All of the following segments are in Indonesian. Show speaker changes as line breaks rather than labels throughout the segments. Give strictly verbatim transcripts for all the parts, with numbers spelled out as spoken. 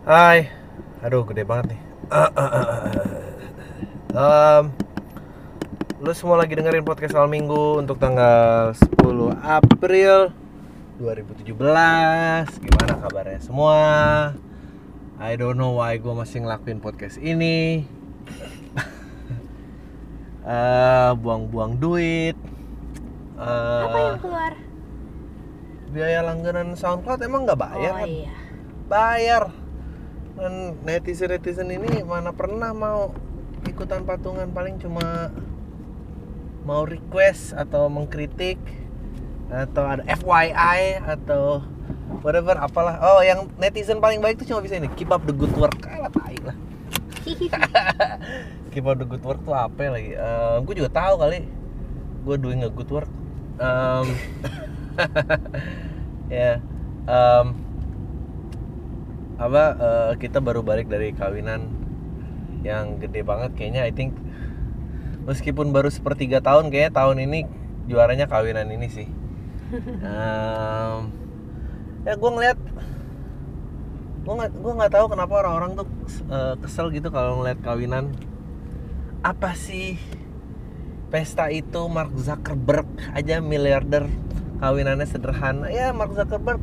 Hai, aduh gede banget nih. um, Lu semua lagi dengerin podcast awal minggu untuk tanggal sepuluh April dua ribu tujuh belas. Gimana kabarnya semua? I don't know why gue masih ngelakuin podcast ini. uh, Buang-buang duit. Uh,
Apa yang keluar?
Biaya langganan SoundCloud emang nggak bayar
Oh
kan?
iya.
Bayar. Dan netizen-netizen ini mana pernah mau ikutan patungan, paling cuma mau request atau mengkritik atau ada F Y I atau whatever apalah. Oh, yang netizen paling baik tuh cuma bisa ini, keep up the good work. Kalah tai lah. Keep up the good work tuh apa ya lagi? Uh, gue juga tahu kali gue doing a good work. Um, ya. Yeah. Um, apa uh, kita baru balik dari kawinan yang gede banget kayaknya. I think meskipun baru sepertiga tahun, kayaknya tahun ini juaranya kawinan ini sih. um, ya gue ngeliat, gue nggak gue nggak tahu kenapa orang-orang tuh uh, kesel gitu kalau ngeliat kawinan. Apa sih pesta itu? Mark Zuckerberg aja miliarder kawinannya sederhana. Ya Mark Zuckerberg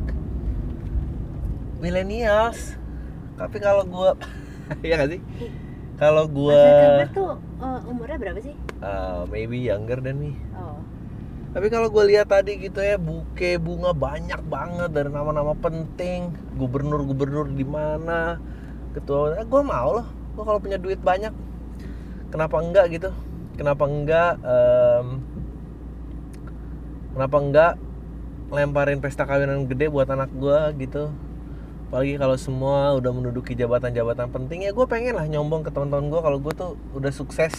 millennials, tapi kalau gue ya nggak sih, kalau gue
Mark Zuckerberg tuh uh, umurnya berapa sih?
uh, maybe younger than me.
Oh.
Tapi kalau gue lihat tadi gitu ya, buke bunga banyak banget dari nama-nama penting, gubernur-gubernur di mana, ketua. Eh, gue mau loh, gue kalau punya duit banyak, kenapa enggak gitu? Kenapa enggak? Um, kenapa enggak lemparin pesta kawinan gede buat anak gue gitu? Apalagi kalau semua udah menduduki jabatan-jabatan penting, ya gue pengen lah nyombong ke teman-teman gue kalau gue tuh udah sukses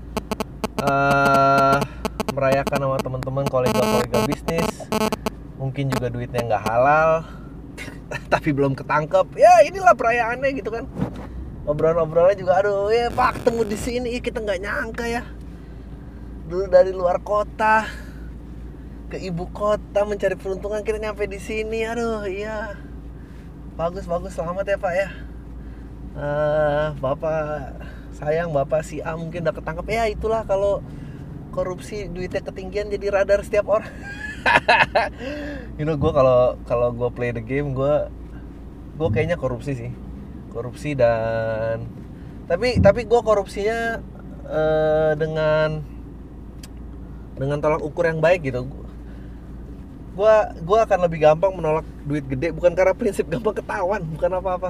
uh, merayakan sama teman-teman, kolega-kolega bisnis. Mungkin juga duitnya nggak halal tapi belum ketangkep. Ya inilah perayaannya gitu kan. Obrolan-obrolannya juga, aduh ya pak ketemu di sini, kita nggak nyangka ya. Dulu dari luar kota ke ibu kota mencari peruntungan, kita nyampe di sini. Aduh iya. Bagus bagus, selamat ya pak ya. Uh, bapak sayang, bapak si A mungkin udah ketangkep. Ya itulah kalau korupsi duitnya ketinggian jadi radar setiap orang. You know, gue kalau kalau gue play the game, gue gue kayaknya korupsi sih, korupsi dan tapi tapi gue korupsinya uh, dengan dengan tolak ukur yang baik gitu. gue gue akan lebih gampang menolak duit gede bukan karena prinsip gampang ketahuan, bukan apa-apa.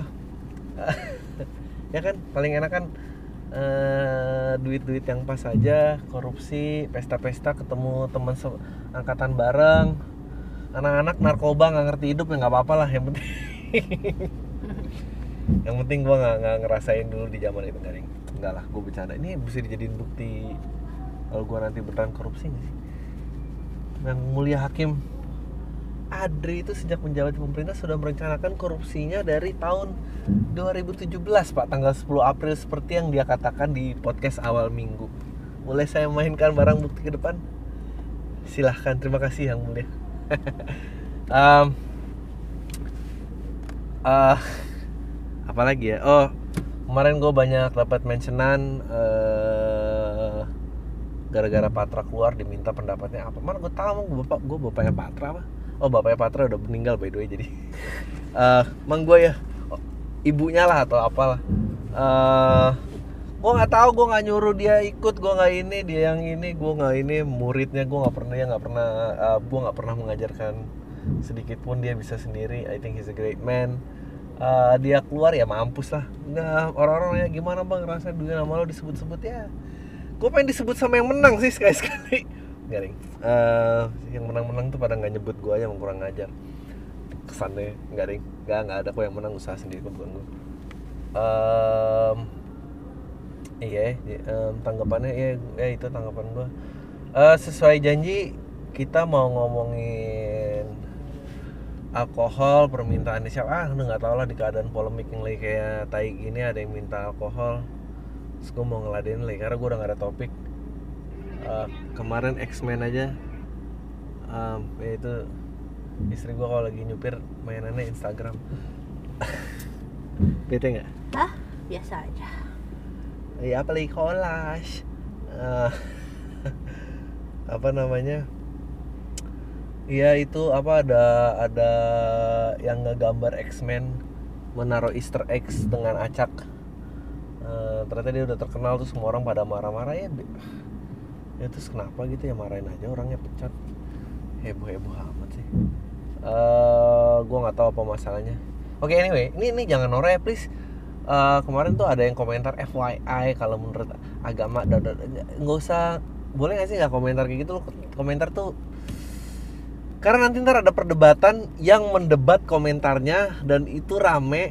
Ya kan paling enak kan uh, duit-duit yang pas aja, korupsi, pesta-pesta, ketemu teman se- angkatan bareng, anak-anak narkoba nggak ngerti hidup ya nggak apa-apa lah, yang penting yang penting gue nggak nggak ngerasain dulu di zaman itu. Garing enggak lah, gue bercanda. Ini bisa dijadiin bukti kalau gue nanti beneran korupsi nggak sih. Yang mulia hakim Adri itu sejak menjabat di pemerintah sudah merencanakan korupsinya dari tahun dua ribu tujuh belas Pak, tanggal sepuluh April seperti yang dia katakan di podcast awal minggu. Boleh saya mainkan barang bukti ke depan? Silahkan, terima kasih yang mulia. um, uh, Apalagi ya? Oh, kemarin gue banyak dapat mentionan uh, gara-gara Patra keluar diminta pendapatnya apa. Mana gue tahu gue bapak gue bapaknya Patra apa? Oh bapaknya Patra udah meninggal by the way, jadi uh, mang gue ya oh, ibunya lah atau apalah. Uh, gue nggak tahu, gue nggak nyuruh dia ikut, gue nggak ini, dia yang ini, gue nggak ini, muridnya gue nggak pernah, dia nggak pernah, uh, gue nggak pernah mengajarkan sedikit pun, dia bisa sendiri. I think he's a great man. Uh, dia keluar ya mampus lah. Nah orang-orang ya gimana bang, ngerasa dulu nama lo disebut-sebut ya. Gue pengen disebut sama yang menang sih sekali-sekali. Garing. Uh, yang menang-menang tuh pada nggak nyebut gue aja, mau kurang ngajar. Kesannya garing. Nggak nggak ada kok yang menang, usaha sendiri kok, bukan gue. Um, iya, um, tanggapannya ya, ya itu tanggapan gue. Uh, sesuai janji kita mau ngomongin alkohol, permintaannya siapa? Ah, udah nggak tau lah, di keadaan polemik yang lagi kayak tai gini ada yang minta alkohol. Terus gue mau ngeladenin lagi karena gue udah gak ada topik. Uh, kemarin X-Men aja um, ya itu istri gue kalau lagi nyupir mainannya Instagram. Bete nggak?
Hah? Biasa aja.
Ya apalagi collage. Eh, apa namanya? Iya itu apa ada ada yang ngegambar X-Men menaruh Easter eggs dengan acak. Eh, ternyata dia udah terkenal tuh semua orang pada marah-marah ya. Ya terus kenapa gitu ya, marahin aja orangnya, pecat. Heboh-heboh amat sih. Eh, gua nggak tahu apa masalahnya. Oke, anyway, ini ini jangan norak ya please. Eh, kemarin tuh ada yang komentar F Y I kalau menurut agama da- da- da- nggak usah, boleh nggak sih nggak komentar kayak gitu. Lo komentar tuh karena nanti ntar ada perdebatan yang mendebat komentarnya dan itu rame.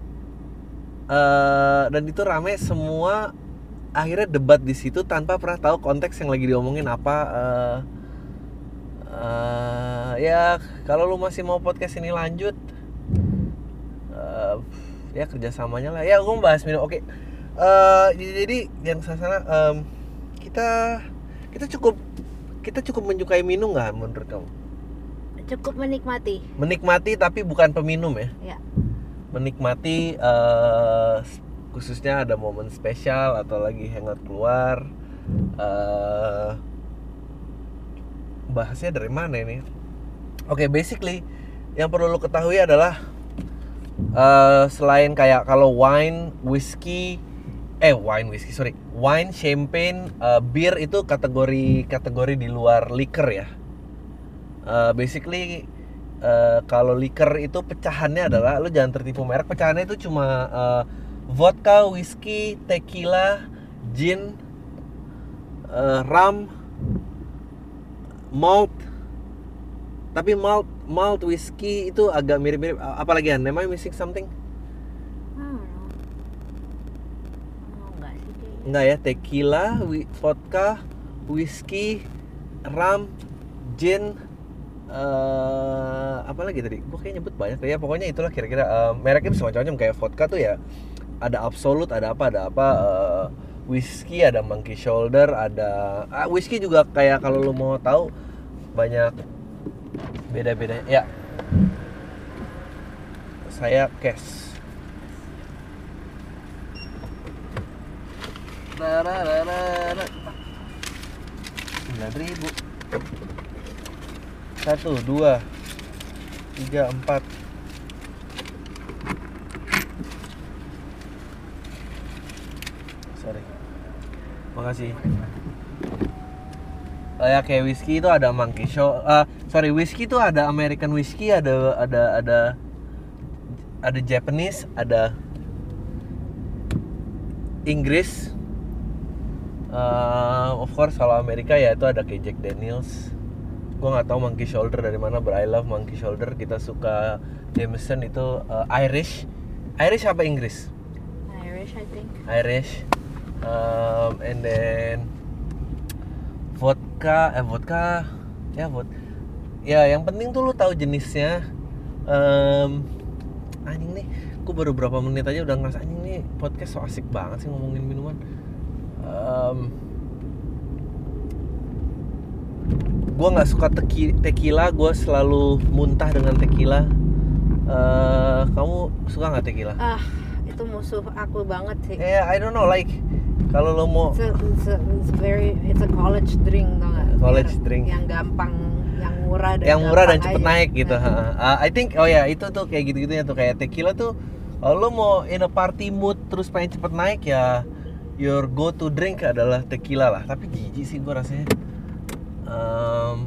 Eh, dan itu rame semua, akhirnya debat di situ tanpa pernah tahu konteks yang lagi diomongin apa. Eh, eh, ya kalau lu masih mau podcast ini lanjut, eh, ya kerjasamanya lah. Ya gue bahas minum. Oke. Eh, jadi yang sana em, kita kita cukup kita cukup menyukai minum nggak menurut kamu?
Cukup menikmati.
Menikmati tapi bukan peminum ya.
Ya.
Menikmati eh, khususnya ada momen spesial atau lagi hangout keluar. Eh, bahasnya dari mana ini? Oke, basically yang perlu lo ketahui adalah eh, selain kayak kalau wine, whiskey, eh wine, whiskey, sorry, wine, champagne, eh, beer itu kategori kategori di luar liquor ya. Uh, basically uh, kalau liquor itu pecahannya adalah, lu jangan tertipu merek, pecahannya itu cuma uh, vodka, whiskey, tequila, gin, uh, rum, malt. Tapi malt malt whiskey itu agak mirip-mirip. Apalagi an? Am I missing something?
Hmm. Oh, enggak sih kayaknya.
Enggak ya, tequila, wi- vodka, whiskey, rum, gin, uh, apa lagi tadi? Gue kayak nyebut banyak ya. Pokoknya itulah kira-kira uh, mereknya bisa macam-macam. Kayak vodka tuh ya ada Absolut, ada apa, ada apa. Uh, whiskey ada Monkey Shoulder, ada ah, whiskey juga kayak kalau lo mau tahu banyak beda-beda. Ya, saya cash. Sembilan ribu. Satu, dua, tiga, empat. Sorry. Makasih. Oh ya, kayak whiskey itu ada Monkey Show. Uh, sorry, whiskey itu ada American whiskey, ada ada ada ada Japanese, ada Inggris. Uh, of course kalau Amerika ya itu ada kayak Jack Daniels. Gue nggak tahu Monkey Shoulder dari mana, but I love Monkey Shoulder. Kita suka Jameson itu uh, Irish. Irish apa Inggris?
Irish, I think.
Irish. Um, and then vodka, eh vodka, ya vodka. Ya yang penting tuh lu tahu jenisnya. Um, anjing nih, gue baru berapa menit aja udah ngerasa anjing nih podcast so asik banget sih ngomongin minuman. Um, gue nggak suka teki, tequila, gue selalu muntah dengan tequila. Uh, kamu suka nggak tequila?
Ah, itu musuh aku banget sih.
Ya, yeah, I don't know, like kalau lo mau
It's a, it's a, it's very, it's a college drink, tau nggak?
College
Yang-
drink.
Yang gampang, yang murah dan
yang murah dan
gampang
cepet
aja.
naik gitu.
Nah,
Uh, I think oh ya itu tuh kayak gitu-gitunya tuh, kayak tequila tuh kalau lo mau in a party mood terus pengen cepet naik ya your go to drink adalah tequila lah. Tapi jijik sih gue rasanya. Um,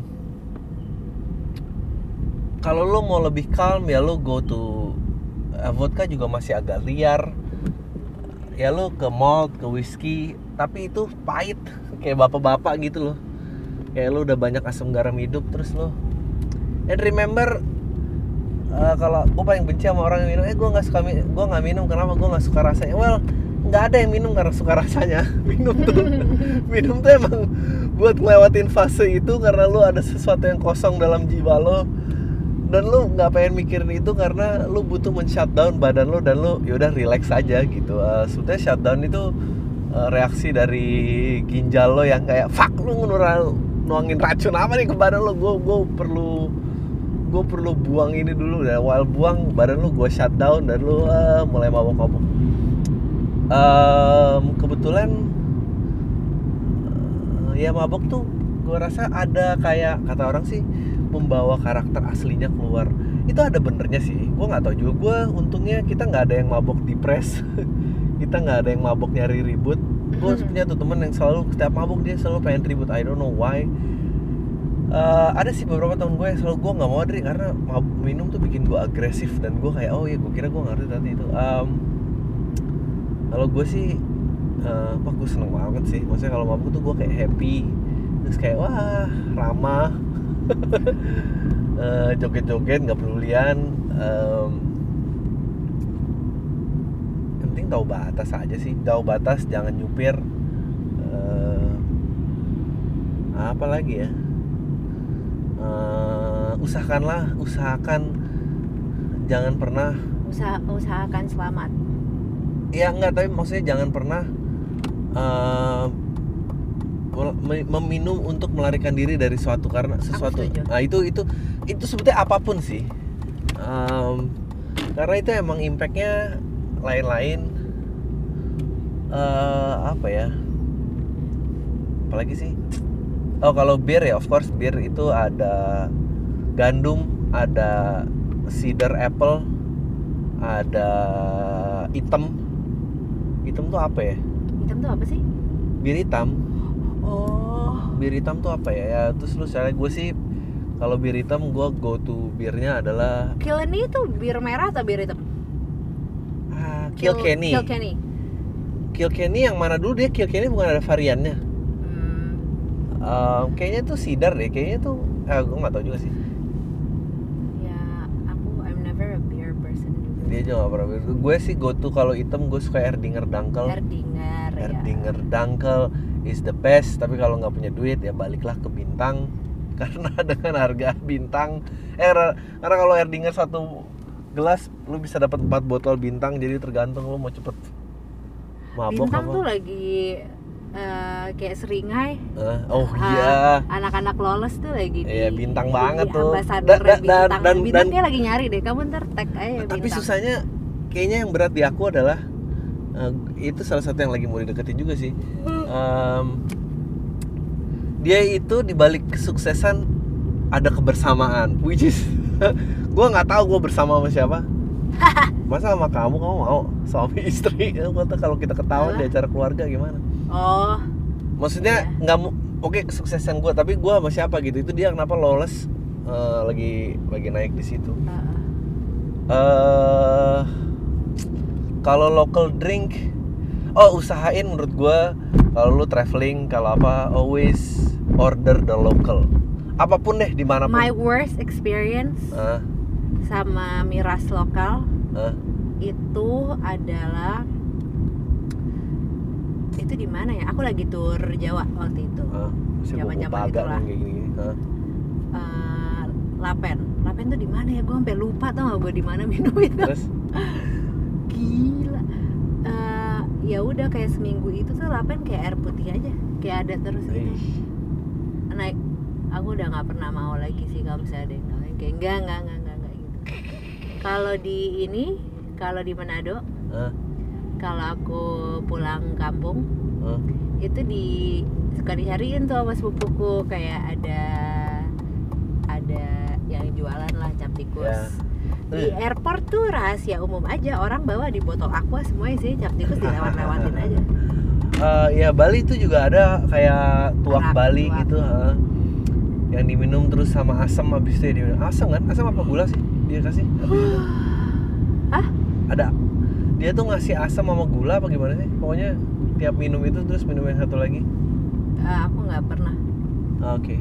kalau lo mau lebih calm ya lo go to uh, vodka juga masih agak liar. Ya lo ke malt, ke whiskey, tapi itu pahit kayak bapak-bapak gitu loh. Kayak lo udah banyak asam garam hidup terus lo. And remember uh, kalau gue paling benci sama orang yang minum, eh gue nggak suka mi- gue nggak minum kenapa, gue nggak suka rasanya. Well, nggak ada yang minum karena suka rasanya. Minum tuh minum tuh emang buat ngelewatin fase itu karena lu ada sesuatu yang kosong dalam jiwa lo dan lu nggak pengen mikirin itu karena lu butuh men-shutdown badan lo dan lu yaudah relax aja gitu. Uh, sebetulnya shutdown itu uh, reaksi dari ginjal lo yang kayak fuck, lu ngeluarin nuangin racun apa nih ke badan lo, gue gue perlu gue perlu buang ini dulu, dan while buang badan lu gue shut down dan lu uh, mulai mabok-mabok. Um, kebetulan uh, ya mabok tuh gue rasa ada kayak kata orang sih membawa karakter aslinya keluar. Itu ada benernya sih, gue nggak tahu juga. Gue untungnya kita nggak ada yang mabok depres, kita nggak ada yang mabok nyari ribut. Gue punya tuh temen yang selalu setiap mabok dia selalu pengen ribut, I don't know why. Uh, ada sih beberapa temen gue yang selalu gue nggak mau diri karena mabuk minum tuh bikin gue agresif, dan gue kayak oh ya gue kira gue ngerti tadi itu. Um, kalau gue sih, uh, wah gue seneng banget sih. Maksudnya kalau mabuk tuh gue kayak happy, terus kayak wah ramah, uh, joget-joget nggak perlu lian. Um, yang penting tahu batas aja sih, tahu batas, jangan nyupir. Uh, apa lagi ya? Uh, usahakanlah, usahakan jangan pernah
Usaha, usahakan selamat.
ya enggak, tapi maksudnya jangan pernah uh, meminum untuk melarikan diri dari suatu karena sesuatu. Nah itu itu itu sebetulnya apapun sih, um, karena itu emang impactnya lain-lain. Uh, apa ya? Apalagi sih? Oh kalau bir ya, of course bir itu ada gandum, ada cider apple, ada hitam. Hitam tuh apa ya?
Hitam tuh apa sih?
Bir hitam.
Oh.
Bir hitam tuh apa ya? Ya terus lu cara gue sih kalau bir hitam gue go to birnya adalah
Kilkenny itu bir merah atau bir hitam?
ah, Kilkenny.
Kilkenny.
Kilkenny yang mana dulu dia? Kilkenny bukan ada variannya?
Hmm.
Um, kayaknya tuh cider deh, kayaknya tuh eh, gue nggak tahu juga sih.
Ya aku I'm never a beer person.
Dia juga nggak pernah bir. Gue sih go to kalau hitam gue suka Erdinger Dunkel.
Erdinger.
Erdinger ya. Dunkel is the best. Tapi kalau nggak punya duit ya baliklah ke Bintang, karena dengan harga Bintang eh karena kalau Erdinger satu gelas lu bisa dapat empat botol Bintang, jadi tergantung lu mau cepet mabok
Bintang
apa.
tuh lagi uh, kayak seringai.
Uh, oh
uh,
iya.
Anak-anak lolos tuh lagi di.
Iya Bintang banget
di
tuh.
Ambasador
Dan,
Bintang.
dan, dan,
Bintang
dan,
dia lagi nyari deh. Kamu ntar tag aja Bintang.
tapi susahnya kayaknya yang berat di aku adalah uh, itu salah satu yang lagi mau dideketin juga sih. Um, dia itu dibalik kesuksesan ada kebersamaan, which is gue nggak tahu gue bersama sama siapa. Masa sama kamu, kamu mau suami istri? Kalau kita ketahuan di acara keluarga gimana?
Oh.
Maksudnya nggak iya. Oke okay, kesuksesan gue, tapi gue sama siapa gitu? Itu dia kenapa lawless uh, lagi lagi naik di situ. Uh. Uh, kalau local drink, oh usahain menurut gue kalau lu traveling kalau apa always order the local. Apapun deh dimanapun.
My worst experience. Uh. Sama miras lokal huh? Itu adalah itu di mana ya? Aku lagi tur Jawa waktu itu.
Huh?
Zaman-zaman itulah.
Kayak gini. Huh?
Uh, Lapen. Lapen tuh di mana ya? Gue sampai lupa tau gak gue di mana minum itu.
Terus?
Gila. Uh, ya udah kayak seminggu itu tuh Lapen kayak air putih aja, kayak ada terus gitu. Naik. Aku udah nggak pernah mau lagi sih kalau misalnya ada yang nawarin kayak enggak enggak enggak enggak. Kalau di ini, kalau di Manado, huh? Kalau aku pulang kampung, huh? Itu di suka dicariin tuh sama sepupuku kayak ada ada yang jualan lah cap tikus. Yeah. Di airport tuh rahasia umum aja, orang bawa di botol aqua semua isinya cap tikus dilewat-lewatin aja.
Uh, ya Bali itu juga ada kayak tuak Arab, Bali tuak. Gitu, huh? Yang diminum terus sama asam, habis itu ya diminum asam kan? Asam apa gula sih? Dia kasih
Hah?
Ada dia tuh ngasih asam sama gula apa gimana sih? Pokoknya tiap minum itu terus minum yang satu lagi.
Uh, aku nggak pernah.
Oke. Okay.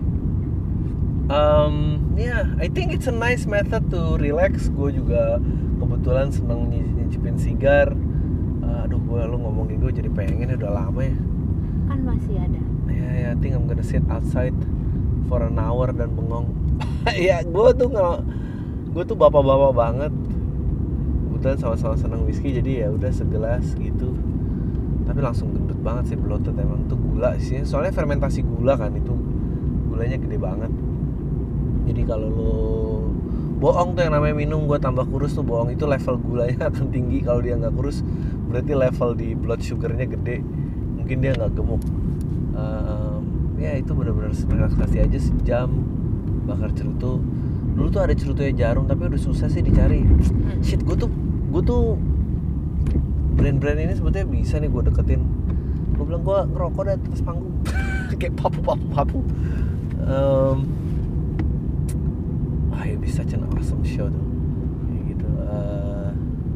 Um, yeah, I think it's a nice method to relax. Gue juga kebetulan seneng nyicipin sigar. Uh, aduh, gue lu ngomongin gue jadi pengen ya, udah lama ya.
Kan masih ada.
Ya, yeah, yeah, I think I'm gonna sit outside for an hour dan bengong. Ya, gue tuh nggak, gue tuh bapak-bapak banget. Kebetulan sama-sama seneng whisky, jadi ya udah segelas gitu. Tapi langsung gendut banget sih, bloated emang tuh gula sih. Soalnya fermentasi gula kan itu, gulanya gede banget. Jadi kalau lo bohong tuh yang namanya minum gue tambah kurus tuh bohong. Itu level gulanya akan tinggi. Kalau dia nggak kurus berarti level di blood sugarnya gede, mungkin dia nggak gemuk. Um, ya itu benar-benar relaksasi aja sejam bakar cerutu. Dulu tuh ada cerutunya Jarum tapi udah susah sih dicari. Shit, gue tuh gue tuh brand-brand ini sebetulnya bisa nih gue deketin. Gue bilang gue ngerokok di atas panggung kayak papu papu papu. Um, wah, it be such an awesome show tuh, kayak gitu. Uh,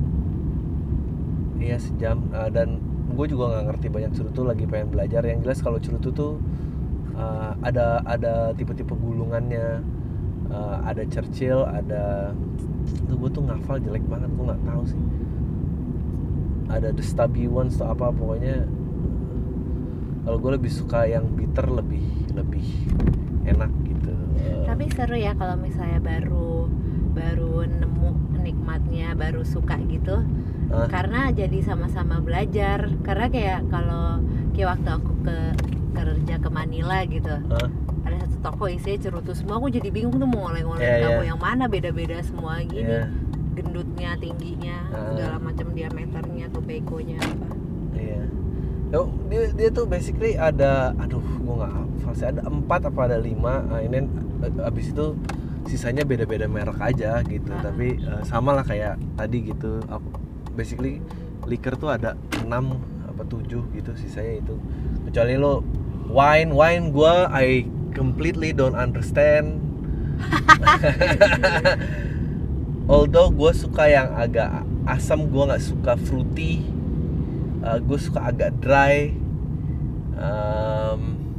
iya sejam uh, dan gue juga nggak ngerti banyak cerutu, lagi pengen belajar. Yang jelas kalau cerutu tuh uh, ada ada tipe-tipe gulungannya, uh, ada Churchill, ada tuh gue tuh ngafal jelek banget, gue nggak tahu sih. Ada the stubby ones tuh apa pokoknya. Kalau gue lebih suka yang bitter, lebih lebih enak gitu.
Tapi seru ya kalau misalnya baru baru nemu nikmatnya, baru suka gitu. Uh. Karena jadi sama-sama belajar. Karena kayak kalau kayak waktu aku ke kerja ke Manila gitu, uh. ada satu toko isinya cerutu semua. Aku jadi bingung tuh mau ngoleh-ngoleh yeah, kamu yeah. yang mana, beda-beda semua gini. Yeah. Gendutnya, tingginya, uh. segala macam diameternya, tobagonya apa.
Iya. Yeah. Dia, dia tuh basically ada, aduh gue nggak hafal sih, ada empat apa ada lima. Nah, ini abis itu sisanya beda-beda merek aja gitu. Uh. Tapi uh, sama lah kayak tadi gitu. Basically liquor tuh ada enam apa tujuh gitu, sisanya itu. Kecuali lo wine, wine gue I completely don't understand. Although gue suka yang agak asam, gue nggak suka fruity. Uh, gue suka agak dry. Um,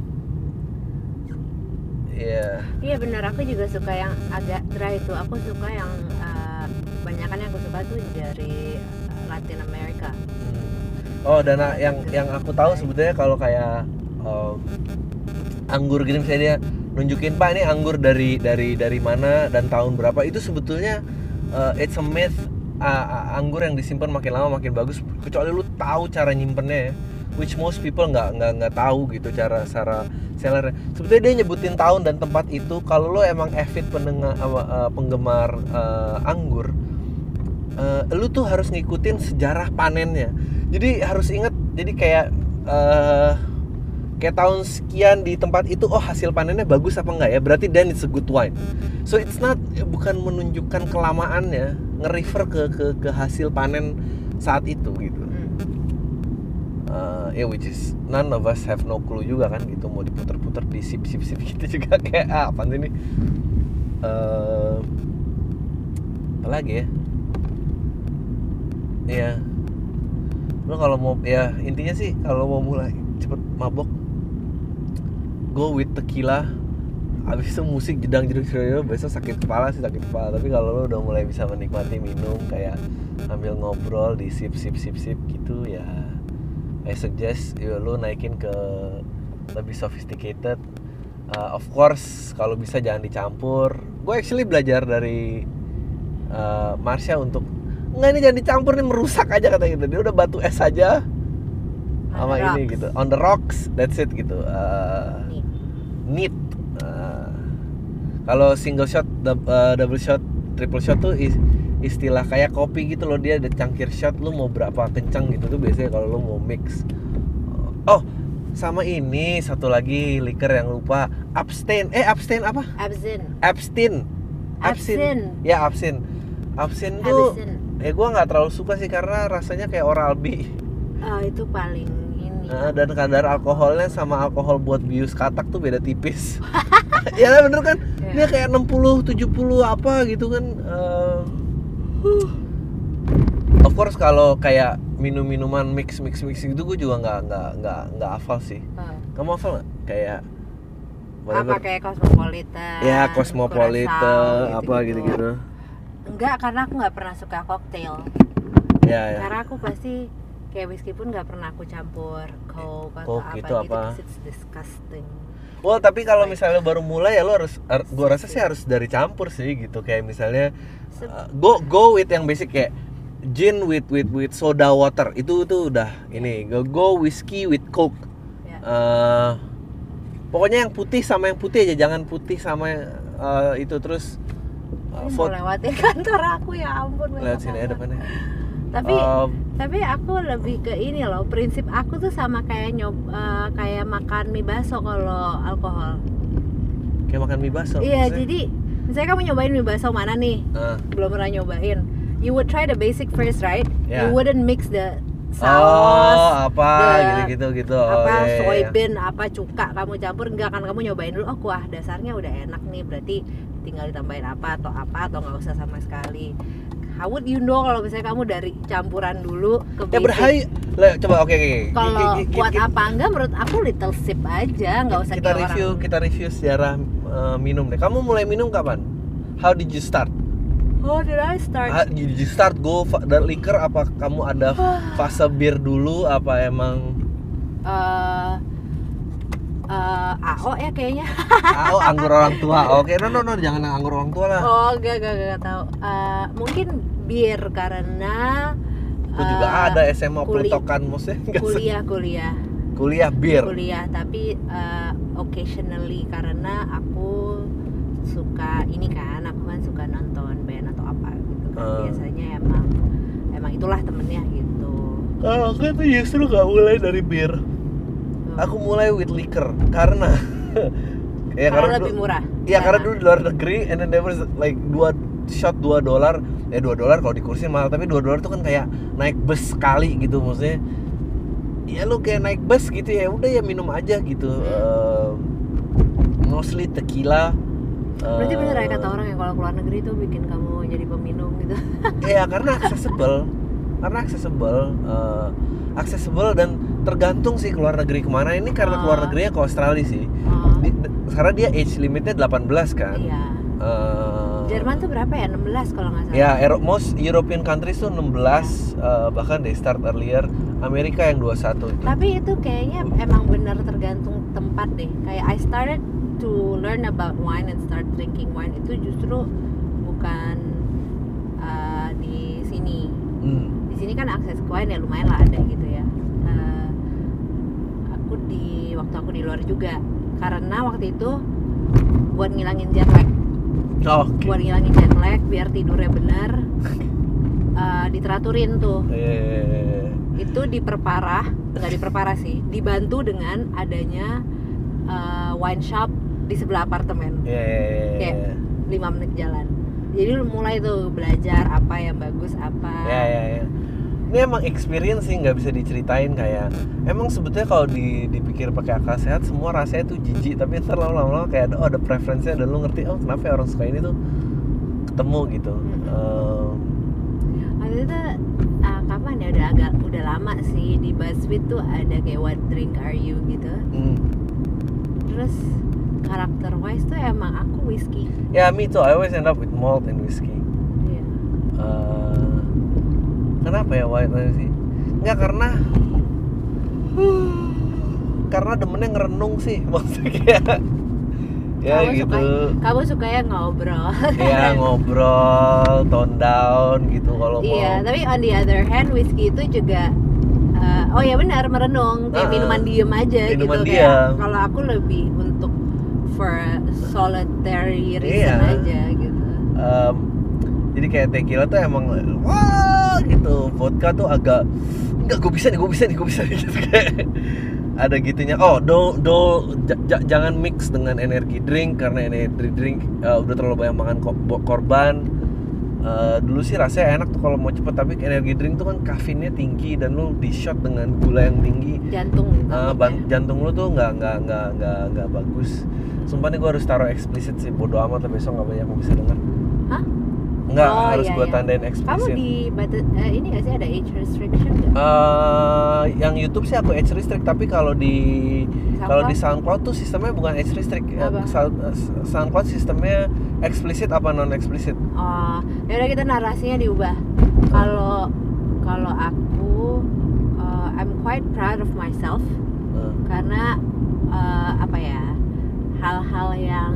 Iya. Yeah.
Iya benar, aku juga suka yang agak dry itu. Aku suka yang uh, kebanyakan yang aku suka tuh dari Latin America.
Hmm. Oh, dan uh, yang yang aku tahu sebetulnya kalau kayak um, anggur gini misalnya dia nunjukin, Pak ini anggur dari dari dari mana dan tahun berapa, itu sebetulnya uh, it's a myth. Uh, anggur yang disimpan makin lama makin bagus, kecuali lu tahu cara nyimpennya ya, which most people nggak nggak nggak tahu gitu cara cara sellernya. Sebetulnya dia nyebutin tahun dan tempat itu. Kalau lo emang avid pendengar uh, penggemar uh, anggur, uh, lu tuh harus ngikutin sejarah panennya. Jadi harus inget, jadi kayak uh, kayak tahun sekian di tempat itu, oh hasil panennya bagus apa enggak ya, berarti then it's a good wine. So it's not, bukan menunjukkan kelamaannya, nge-refer ke, ke ke hasil panen saat itu gitu. Uh, ya yeah, which is none of us have no clue juga kan gitu, mau diputer-puter di sip-sip-sip gitu juga kayak ah, apa sih ini? Uh, apa lagi ya? Ya, yeah. Lo kalau mau ya intinya sih kalau mau mulai cepet mabok, go with tequila. Abis itu musik jedang-jedang, besok sakit kepala sih sakit kepala. Tapi kalau lo udah mulai bisa menikmati minum kayak sambil ngobrol di sip sip sip sip gitu ya, I suggest ya, lo naikin ke lebih sophisticated. Uh, of course kalau bisa jangan dicampur. Gue actually belajar dari uh, Marsha untuk enggak, ini jangan dicampur nih, merusak aja katanya gitu. Dia udah batu es aja sama ini rocks. Gitu on the rocks, that's it gitu. Uh, neat. Uh, kalau single shot, uh, double shot, triple shot tuh is, istilah kayak kopi gitu loh. Dia ada cangkir shot, lu mau berapa kencang gitu tuh biasanya kalau lu mau mix. Oh, sama ini satu lagi liquor yang lupa, abstain. Eh abstain apa?
Abstain.
Abstain. Abstain. Ya abstain. Abstain tuh eh gue nggak terlalu suka sih karena rasanya kayak Oral-B.
Oh, itu paling ini.
Nah, dan kadar alkoholnya sama alkohol buat bius katak tuh beda tipis. Ya bener kan? Yeah. Dia kayak enam puluh, tujuh puluh apa gitu kan. Uh, huh. Of course kalau kayak minum-minuman mix mix mix gitu gue juga nggak nggak nggak nggak hafal sih. Uh. Kamu hafal nggak? Kayak
whatever. Apa kayak Cosmopolitan?
Ya Cosmopolitan apa gitu-gitu.
Enggak, karena aku nggak pernah suka koktail.
Ya, ya.
Karena aku pasti kayak whisky pun nggak pernah aku campur coke atau apa
gitu,
apa. It's disgusting.
Well, tapi kalau misalnya baru mulai ya lo harus, gue rasa sih harus dari campur sih gitu. Kayak misalnya uh, go go with yang basic kayak gin with with with soda water, itu tuh udah ini. Go go whiskey with coke. Yeah. Uh, pokoknya yang putih sama yang putih aja, jangan putih sama uh, itu terus uh,
Ini mau
food
lewatin kantor aku, ya ampun.
lewat
banyak
sini aja
banget.
depannya.
Tapi
Um,
tapi aku lebih ke ini loh, prinsip aku tuh sama kayak nyob eh, kayak makan mie bakso kalau alkohol.
kayak makan mie bakso.
Iya,
maksudnya.
jadi misalnya kamu nyobain mie bakso mana nih?
Ah.
Belum pernah nyobain. You would try the basic first, right?
Yeah.
You wouldn't mix the
Oh,
saus,
apa
the-
gitu-gitu gitu. Oh,
apa
iya, iya, iya.
soybean, apa cuka kamu campur, enggak kan kamu nyobain dulu. Oh, kuah dasarnya udah enak nih, berarti tinggal ditambahin apa atau apa atau nggak usah sama sekali. How would you know kalau misalnya kamu dari campuran dulu ke
Ya
basic?
berhai. Lah, coba oke oke.
Kalau
Ki- ki-
kuat
ki-
apa enggak, menurut aku little sip aja, nggak usah
kita
kayak
review
orang.
kita review sejarah uh, minum deh. Kamu mulai minum kapan? How did you start?
How did I start?
How did you start go fa- dari liquor, apa kamu ada fase bir dulu, apa emang
Eh, eh, A O ya kayaknya.
ah, oh, anggur orang tua? Oke, no no no, jangan anggur orang tua lah.
Oh, enggak enggak enggak tahu. Eh, mungkin bir karena
Aku juga
eh,
ada S M A
kuli-
pertokan maksudnya nggak se-
kuliah kuliah
kuliah bir.
kuliah tapi eh, occasionally karena aku suka ini kan, aku kan suka nonton band atau apa gitu kan.
Hmm.
Biasanya emang emang itulah temennya gitu.
Kalau aku tuh justru nggak mulai dari bir.
Tuh.
Aku mulai with liquor karena ya
karena
dulu-
lebih murah.
Iya, karena
kan?
dulu di luar negeri and then there was like dua shot dua dolar. Eh dua dolar kalau di kursi mahal, tapi dua dolar tuh kan kayak naik bus sekali gitu, maksudnya. Ya lu kayak naik bus gitu, ya udah ya minum aja gitu. Uh, mostly tequila.
Berarti bener ya
uh,
kata orang yang kalau keluar negeri tuh bikin kamu jadi peminum gitu.
Iya, karena accessible. Karena accessible, uh, accessible dan tergantung sih keluar negeri kemana. Ini karena
Oh.
keluar negerinya ke Australia sih.
Oh,
Di, karena dia age limitnya delapan belas kan.
iya.
Uh,
Jerman tuh berapa ya? enam belas kalau nggak salah.
Ya, Euro- most European countries tuh enam belas, uh, bahkan they start earlier. Amerika yang dua puluh satu itu.
Tapi itu kayaknya emang benar tergantung tempat deh. Kayak I started to learn about wine and start drinking wine itu justru bukan uh, di sini.
Hmm.
Di sini kan akses ke wine ya lumayan lah ada gitu ya. Uh, aku di waktu aku di luar juga karena waktu itu buat ngilangin jet lag.
Oh, oke.
Buat ngilangin jet lag biar tidurnya benar. Uh, diteraturin tuh.
Iya, iya, iya, iya.
Itu diperparah, nggak diperparah sih, dibantu dengan adanya uh, wine shop di sebelah apartemen,
Iya, iya, iya, iya.
kayak lima menit jalan. Jadi lu mulai tuh belajar apa yang bagus apa.
Iya, iya, iya. Ini emang experience sih, nggak bisa diceritain. Kayak emang sebetulnya kalau di, dipikir pakai akal sehat semua rasanya tuh jijik, tapi ntar lama-lama kayak ada, oh, ada preferensinya dan lu ngerti oh kenapa ya orang suka ini tuh ketemu gitu.
Mm-mm.
Um,
Waktu itu uh, kapan ya, udah agak udah lama sih di BuzzFeed tuh ada kayak what drink are you gitu.
hmm.
Terus karakter wise tuh emang aku whiskey.
Ya, me too. I always end up with malt and whiskey.
Iya.
Uh, kenapa ya white wine sih? Nggak, karena karena demennya ngerenung sih maksudnya kayak ya
kamu
gitu.
suka kamu sukanya ngobrol.
Ya ngobrol, tone down gitu kalau mau.
Iya, tapi on the other hand whiskey itu juga uh, oh ya benar merenung kayak
Uh-uh.
minuman diem aja
Minuman
gitu.
diem.
Kayak kalau aku lebih untuk for solitary reason
Iya.
aja gitu.
Um, jadi kayak tequila tuh emang wah gitu, vodka tuh agak enggak, gue bisa nih, gue bisa nih, gue bisa nih gitu kayak ada gitunya. Oh, do do j- j- jangan mix dengan energy drink karena energy drink uh, udah terlalu banyak makan ko- korban. Uh, dulu sih rasanya enak tuh kalau mau cepet, tapi energy drink tuh kan kafeinnya tinggi dan lu di shot dengan gula yang tinggi.
Jantung
Uh,
takutnya.
ban- jantung lu tuh nggak nggak nggak nggak nggak bagus. Sumpah nih gue harus taruh eksplisit sih, bodo amat lah, besok nggak banyak yang bisa denger.
Hah?
Nggak,
Oh,
harus
iya,
gue
iya.
tandain
Kamu
eksplisit.
di batu, eh, ini nggak sih ada age restriction nggak?
Eh, yang YouTube sih aku age restrict, tapi kalau di kalau di
SoundCloud?
SoundCloud tuh sistemnya bukan age restrict. Ya,
Apa?
Sound- SoundCloud sistemnya eksplisit apa non eksplisit?
Oh, ya udah kita narasinya diubah. Kalau kalau aku uh, I'm quite proud of myself
Uh,
karena uh, apa ya, hal-hal yang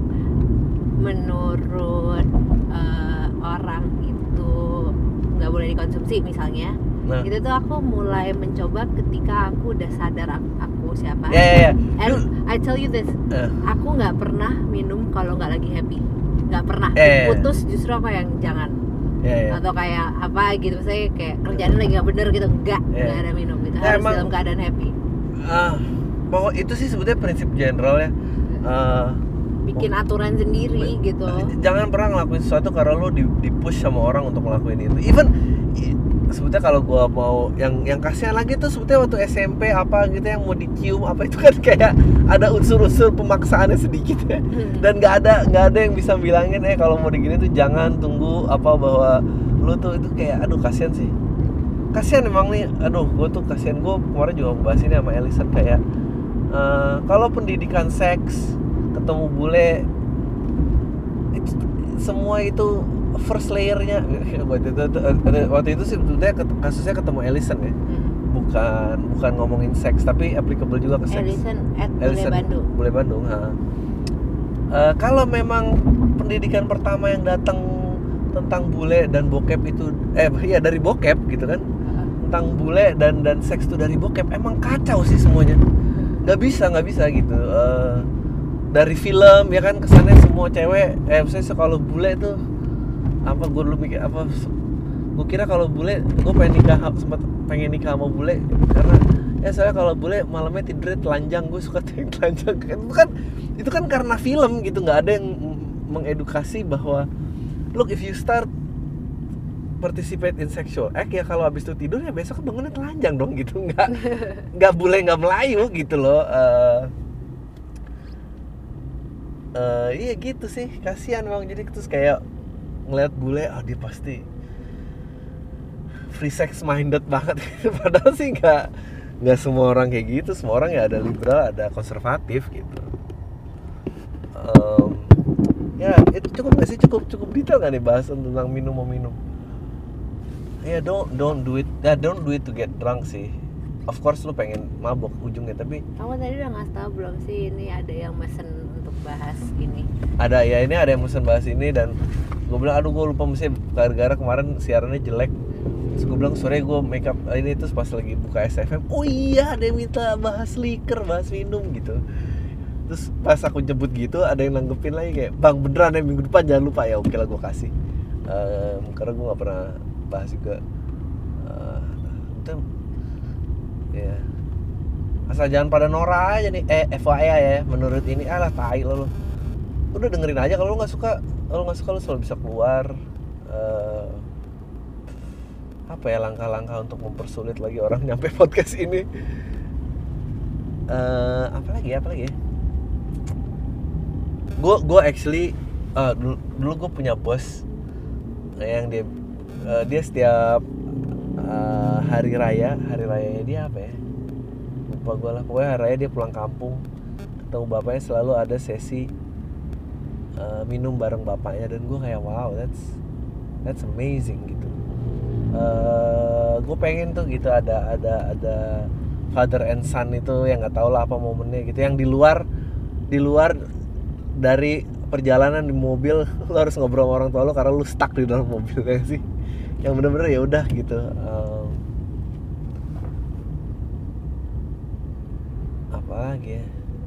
menurut uh, orang itu nggak boleh dikonsumsi misalnya,
nah,
itu tuh aku mulai mencoba ketika aku udah sadar aku, aku siapa.
ya ya ya.
And
Lu-
I tell you this,
eh,
aku nggak pernah minum kalau nggak lagi happy. nggak pernah
Eh.
putus, justru aku yang jangan.
Ya, ya.
Atau kayak apa gitu, misalnya kayak kerjaan lagi nggak bener gitu, enggak
Yeah.
nggak ada minum gitu,
Ya,
harus
emang-
dalam keadaan happy.
Ah, pokok itu sih sebetulnya prinsip general ya. Eh,
Bikin aturan sendiri gitu.
jangan pernah ngelakuin sesuatu karena lo di, di push sama orang untuk ngelakuin itu. Even i- sebetulnya kalau gua mau yang yang kasihan lagi tuh sebetulnya waktu S M P apa gitu yang mau dicium apa itu kan kayak ada unsur-unsur pemaksaannya sedikit ya. Dan nggak ada nggak ada yang bisa bilangin eh kalau mau digini tuh jangan tunggu apa bahwa lu tuh itu kayak aduh kasihan sih. Kasihan emang nih, aduh gua tuh kasihan. Gua kemarin juga bahas ini sama Elisa kayak eh, kalau pendidikan seks ketemu bule itu, semua itu first layernya waktu itu waktu itu sih sebetulnya kasusnya ketemu Ellison ya, bukan bukan ngomongin seks tapi applicable juga ke seks.
Ellison at Bule
Ellison,
Bandung.
Bule Bandung. Ha. Uh, kalau memang pendidikan pertama yang datang tentang bule dan bokep itu eh ya dari bokep gitu kan, tentang bule dan dan seks itu dari bokep, emang kacau sih semuanya. Nggak bisa nggak bisa gitu. Uh, dari film ya kan kesannya semua cewek eh misalnya kalau bule tuh apa gue dulu mikir apa gue kira kalau bule gue pengen nikah sempat pengen nikah sama bule karena ya soalnya kalau bule malamnya tidurnya telanjang, gue suka tidur telanjang kan itu kan itu kan karena film gitu, nggak ada yang mengedukasi bahwa look if you start participate in sexual act ya kalau habis itu tidur ya besok bangunnya telanjang dong gitu, nggak nggak bule nggak Melayu gitu loh. uh, Uh, iya gitu sih, kasihan bang. Jadi terus kayak ngeliat bule, ah dia pasti free sex minded banget. Padahal sih nggak nggak semua orang kayak gitu. Semua orang ya ada liberal, ada konservatif gitu. Um, ya itu cukup nggak sih, cukup cukup detail nggak nih bahasan tentang minum meminum? Ya yeah, don't don't do it, ya yeah, don't do it to get drunk sih. Of course lu pengen mabok ujungnya, tapi
Kamu tadi udah ngasih tau belum sih ini ada yang mesen untuk bahas ini?
ada ya, ini ada yang mesen bahas ini dan gue bilang aduh gue lupa mesti gara-gara kemarin siarannya jelek. Terus gue bilang sore gue make up ini terus pas lagi buka S F M, oh iya ada yang minta bahas liker, bahas minum gitu. Terus pas aku jemput gitu ada yang nanggepin lagi kayak bang beneran ya minggu depan jangan lupa ya, oke lah gue kasih. Um, karena gue nggak pernah bahas juga. Uh, itu ya asal jangan pada norak aja nih. Eh F Y I ya, menurut ini alah tai lo lo. Udah dengerin aja, kalau lo nggak suka, kalau nggak suka lo selalu bisa keluar. Uh, apa ya langkah-langkah untuk mempersulit lagi orang nyampe podcast ini. Uh, apa lagi? Apa lagi? Gue gue actually uh, dulu, dulu gue punya bos yang dia uh, dia setiap uh, hari raya hari rayanya dia apa ya? Lupa gue lah. Pokoknya hari raya dia pulang kampung, ketemu bapaknya selalu ada sesi uh, minum bareng bapaknya dan gue kayak wow that's that's amazing gitu. Uh, gue pengen tuh gitu ada ada ada father and son itu yang nggak tahu lah apa momennya gitu, yang di luar di luar dari perjalanan di mobil lo harus ngobrol sama orang tua lo karena lo stuck di dalam mobil ya sih, yang bener-bener ya udah gitu. Um, apa lagi ya?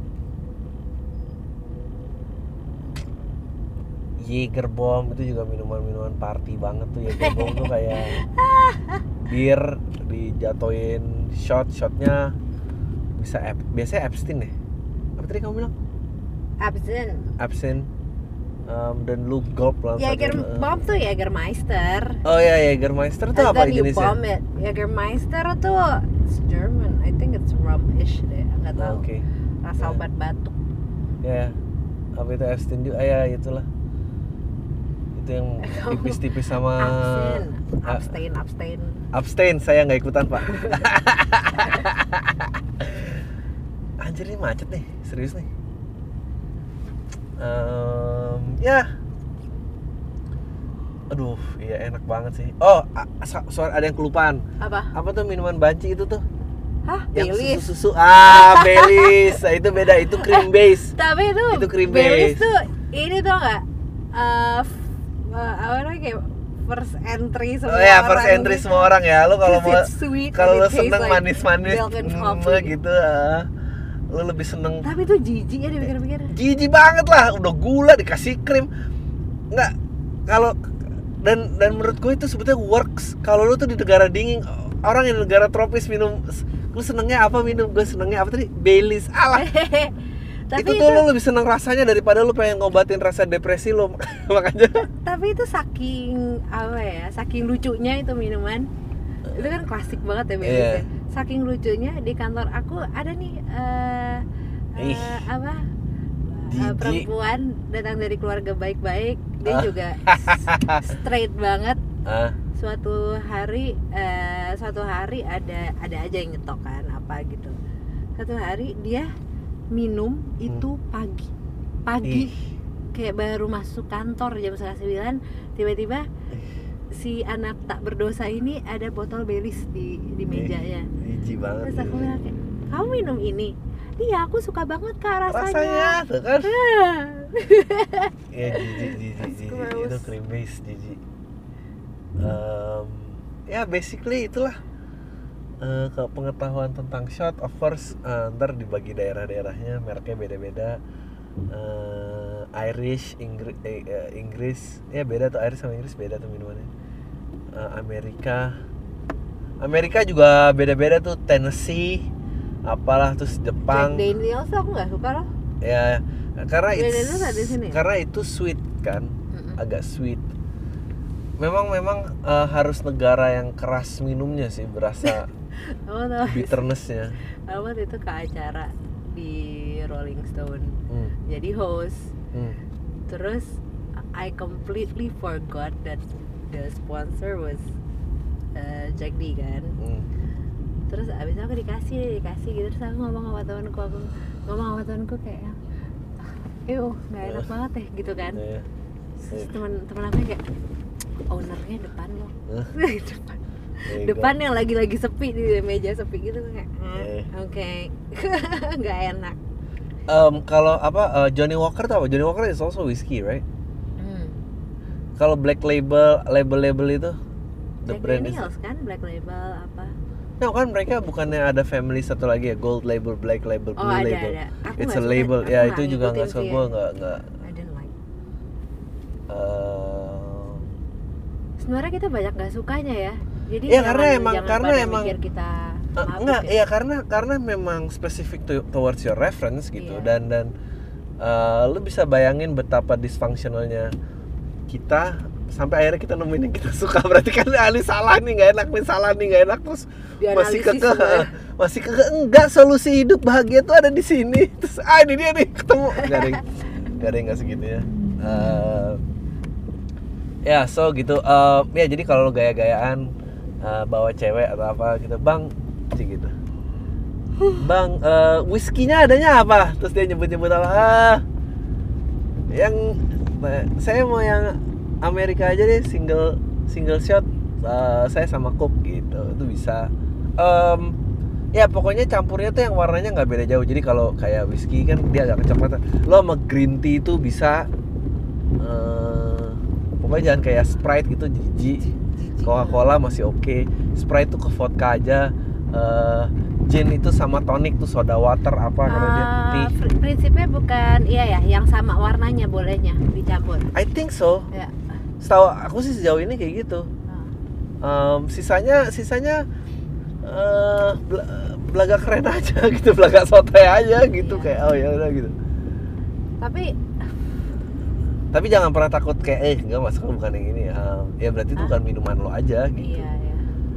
Jaeger bomb itu juga minuman-minuman party banget tuh. Jaeger bomb tuh kayak bir dijatoin shot, shotnya bisa ep- biasanya Epstein deh. Apa tadi kamu bilang?
Absen.
Absinthe. Um, dan lu gulp langsung.
Jaeger bomb tuh Jägermeister.
Oh ya, Jägermeister tuh
And
apa
then you
jenisnya?
bomb it. Jägermeister tuh it's German. I think it's rum-ish deh. Nggak tahu.
Oke.
Rasa
Yeah.
obat batuk.
Ya. Apa itu Epstein juga? Ah, ya itulah. Itu yang tipis-tipis sama
Abstain,
Ah,
abstain, abstain.
abstain, saya nggak ikutan pak. Anjir ini macet nih, serius nih. Um, ya, aduh, iya enak banget sih. Oh, a- so- sorry ada yang kelupaan.
Apa?
Apa tuh minuman banci itu tuh?
Hah?
Yang
Baileys.
susu-susu. Ah, Baileys. Nah, itu beda, itu cream base.
Tapi itu,
Itu cream
Baileys
base.
tuh ini tuh nggak? Uh, f- uh, apa namanya kayak first entry semua
Oh ya,
orang
first entry
gitu.
semua orang ya. Lu kalau mau
Because it's sweet
kalau
and
lu
it tastes
seneng
like
manis-manis
milk and
mm,
coffee.
gitu, ah, lu lebih seneng.
Tapi itu jijik ya dipikir-pikir.
Jijik banget lah, udah gula dikasih krim. nggak kalau dan dan menurut gue itu sebetulnya works kalau lu tuh di negara dingin, orang yang di negara tropis minum, lu senengnya apa minum, gue senengnya apa tadi, Baileys, alah.
Tapi
itu tuh lu lebih seneng rasanya daripada lu pengen ngobatin rasa depresi lu. Makanya
tapi itu saking apa ya, saking lucunya itu minuman. Itu kan klasik banget ya Baileys.
Iya.
Saking lucunya di kantor aku ada nih uh,
Ih.
uh, apa uh,
Jijik.
perempuan datang dari keluarga baik-baik, dia
Ah.
juga straight banget.
ah
Suatu hari uh, suatu hari ada ada aja yang nyetok kan apa gitu. Satu hari dia minum itu pagi pagi
Ih.
kayak baru masuk kantor jam setengah sembilan, tiba-tiba si anak tak berdosa ini ada botol Baileys di di mejanya.
Jijik banget.
Terus aku bilang kayak, kamu minum ini? Iya, aku suka banget kak rasanya.
Rasanya tuh kan.
Ah.
Ya jijik jijik jijik
Gross.
itu cream base jijik. Um, ya basically itulah uh, ke pengetahuan tentang shot. Of course uh, ntar dibagi daerah-daerahnya, mereknya beda-beda. uh, Irish, Inggris, eh, eh, Inggris ya beda tuh, Irish sama Inggris beda tuh minumannya. uh, Amerika Amerika juga beda-beda tuh, Tennessee apalah, terus Jepang.
Jack Daniels aku nggak suka loh.
Ya karena
Jack
it's,
Daniels ada di sini ya?
karena itu sweet kan,
Mm-mm.
agak sweet. Memang memang uh, harus negara yang keras minumnya sih berasa
Aku tahu.
bitternessnya.
Aku waktu itu ke acara di Rolling Stone,
Hmm.
jadi host.
Hmm.
Terus I completely forgot that the sponsor was uh, Jack D kan.
Hmm.
Terus abis itu aku dikasih dikasih gitu, terus aku ngomong sama temanku, aku ngomong sama temanku kayak, eh nggak enak banget deh gitu kan.
Ya,
Terus teman-teman aku kayak, ownernya depan loh.
Huh?
depan
there you
depan yang lagi-lagi sepi di meja sepi gitu kayak,
Eh.
oke nggak enak.
go. Um, kalau apa uh, Johnny Walker tuh apa? Johnny Walker is also whiskey, right?
Hmm.
Kalau Black Label, label-label itu the
Jack
brand is.
Daniels kan, Black Label apa?
No kan mereka bukannya ada family satu lagi ya, Gold Label, Black Label,
Oh
Blue
ada
Label.
ada. Aku
It's
nggak
a
suka,
label.
aku
Ya
nggak
itu juga nggak
ngikutin
suka,
sih
gue
ya.
nggak nggak.
I don't like.
Uh,
Sebenarnya kita banyak nggak sukanya ya. Jadi
Iya,
jangan-
karena emang-
jangan
karena
pada
emang-
mikir kita
Uh,
mabuk
enggak,
ya.
ya karena karena memang spesifik to, towards your reference gitu.
Iya.
dan dan uh, lu bisa bayangin betapa dysfunctionalnya kita sampai akhirnya kita nemuin yang kita suka. Berarti kan Ali salah nih, nggak enak nih, salah nih, nggak enak, terus masih
Dianalisis
kekeh
semua.
masih kekeh enggak, solusi hidup bahagia tuh ada di sini. Terus ah ini dia nih ketemu, nggak ada yang nggak ada yang nggak segitu ya. Uh, ya so gitu. Uh, ya jadi kalau lu gaya-gayaan uh, bawa cewek atau apa gitu, bang sih gitu, bang uh, whiskinya adanya apa, terus dia nyebut-nyebut apa, ah, yang nah, saya mau yang Amerika aja deh, single single shot, uh, saya sama Coke gitu, itu bisa. Um, ya pokoknya campurnya tuh yang warnanya nggak beda jauh. Jadi kalau kayak whisky kan dia agak kecoklatan, lo sama green tea itu bisa. Uh, pokoknya jangan kayak Sprite gitu, jijik. Coca-Cola masih oke, okay. Sprite tuh ke vodka aja. Uh, gin itu sama tonic tuh soda water apa karena dia
Ah,
putih.
pr- prinsipnya bukan iya ya, yang sama warnanya bolehnya dicampur.
I think so.
Ya.
Setahu aku sih sejauh ini kayak gitu.
Ah.
Um, sisanya sisanya uh, bela- belaga keren aja gitu, belaga sotoy aja gitu.
Iya.
Kayak oh ya udah gitu.
Tapi
Tapi jangan pernah takut kayak eh enggak masuk bukan yang ini. Um, ya berarti itu
Hah?
bukan minuman lo aja gitu.
iya ya.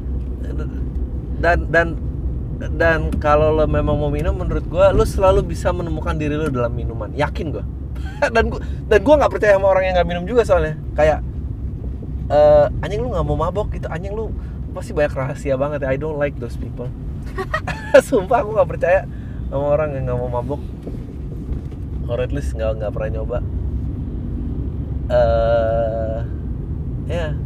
Dan dan dan kalau lo memang mau minum, menurut gua lo selalu bisa menemukan diri lo dalam minuman, yakin gua. dan gua dan gua nggak percaya sama orang yang nggak minum juga, soalnya kayak uh, anjing lu nggak mau mabok gitu, anjing lu pasti banyak rahasia banget ya. I don't like those people. Sumpah aku nggak percaya sama orang yang nggak mau mabok, or at least nggak nggak pernah nyoba. Uh, ya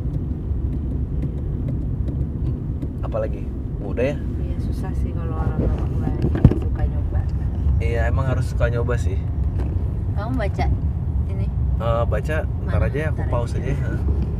apalagi muda ya.
Iya susah sih kalau orang nggak nggak suka nyoba.
Iya emang harus suka nyoba sih.
Kamu baca ini?
Uh, baca ntar
Mana?
aja ya, aku
Ntar
pause
aja.
aja ya.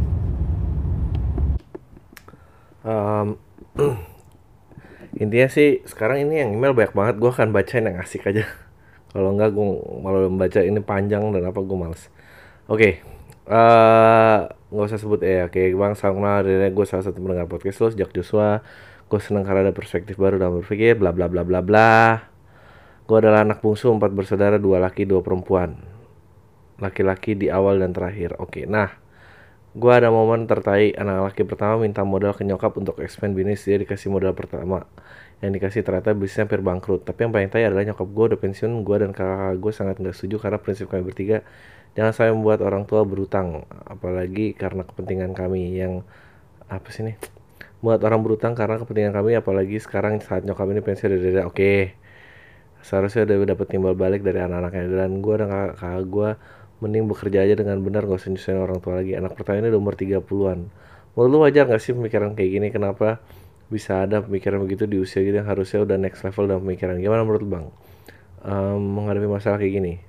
Um, intinya sih sekarang ini yang email banyak banget, gue akan bacain yang asik aja. Kalau enggak gue malah membaca ini panjang dan apa gue males. Oke, okay. Eh, nggak usah sebut ya. Oke, Bang, salam kenal. Dari gue salah satu pendengar podcast lo sejak Joshua. Gue senang karena ada perspektif baru dalam berpikir. Bla bla bla bla bla. Gue adalah anak bungsu, empat bersaudara, dua laki, dua perempuan. Laki-laki di awal dan terakhir. Oke, nah, gue ada momen tertarik. Anak laki pertama minta modal ke nyokap untuk expand bisnis. Dia dikasih modal pertama. Yang dikasih ternyata bisnisnya hampir bangkrut. Tapi yang paling tai adalah nyokap gue udah pensiun. Gue dan kakak gue sangat gak setuju karena prinsip kami bertiga, jangan sampai membuat orang tua berutang, apalagi karena kepentingan kami. Yang apa sih nih? Buat orang berutang karena kepentingan kami, apalagi sekarang saat nyokap ini pensiun. Oke, okay. Seharusnya udah dapat timbal balik dari anak-anaknya. Dan gue dan kakak, kakak gue mending bekerja aja dengan benar, gak usah nyusahin orang tua lagi. Anak pertama ini udah umur tiga puluhan. Menurut lu wajar gak sih pemikiran kayak gini? Kenapa bisa ada pemikiran begitu di usia gitu yang harusnya udah next level dalam pemikiran? Gimana menurut lu, Bang? Um, menghadapi masalah kayak gini.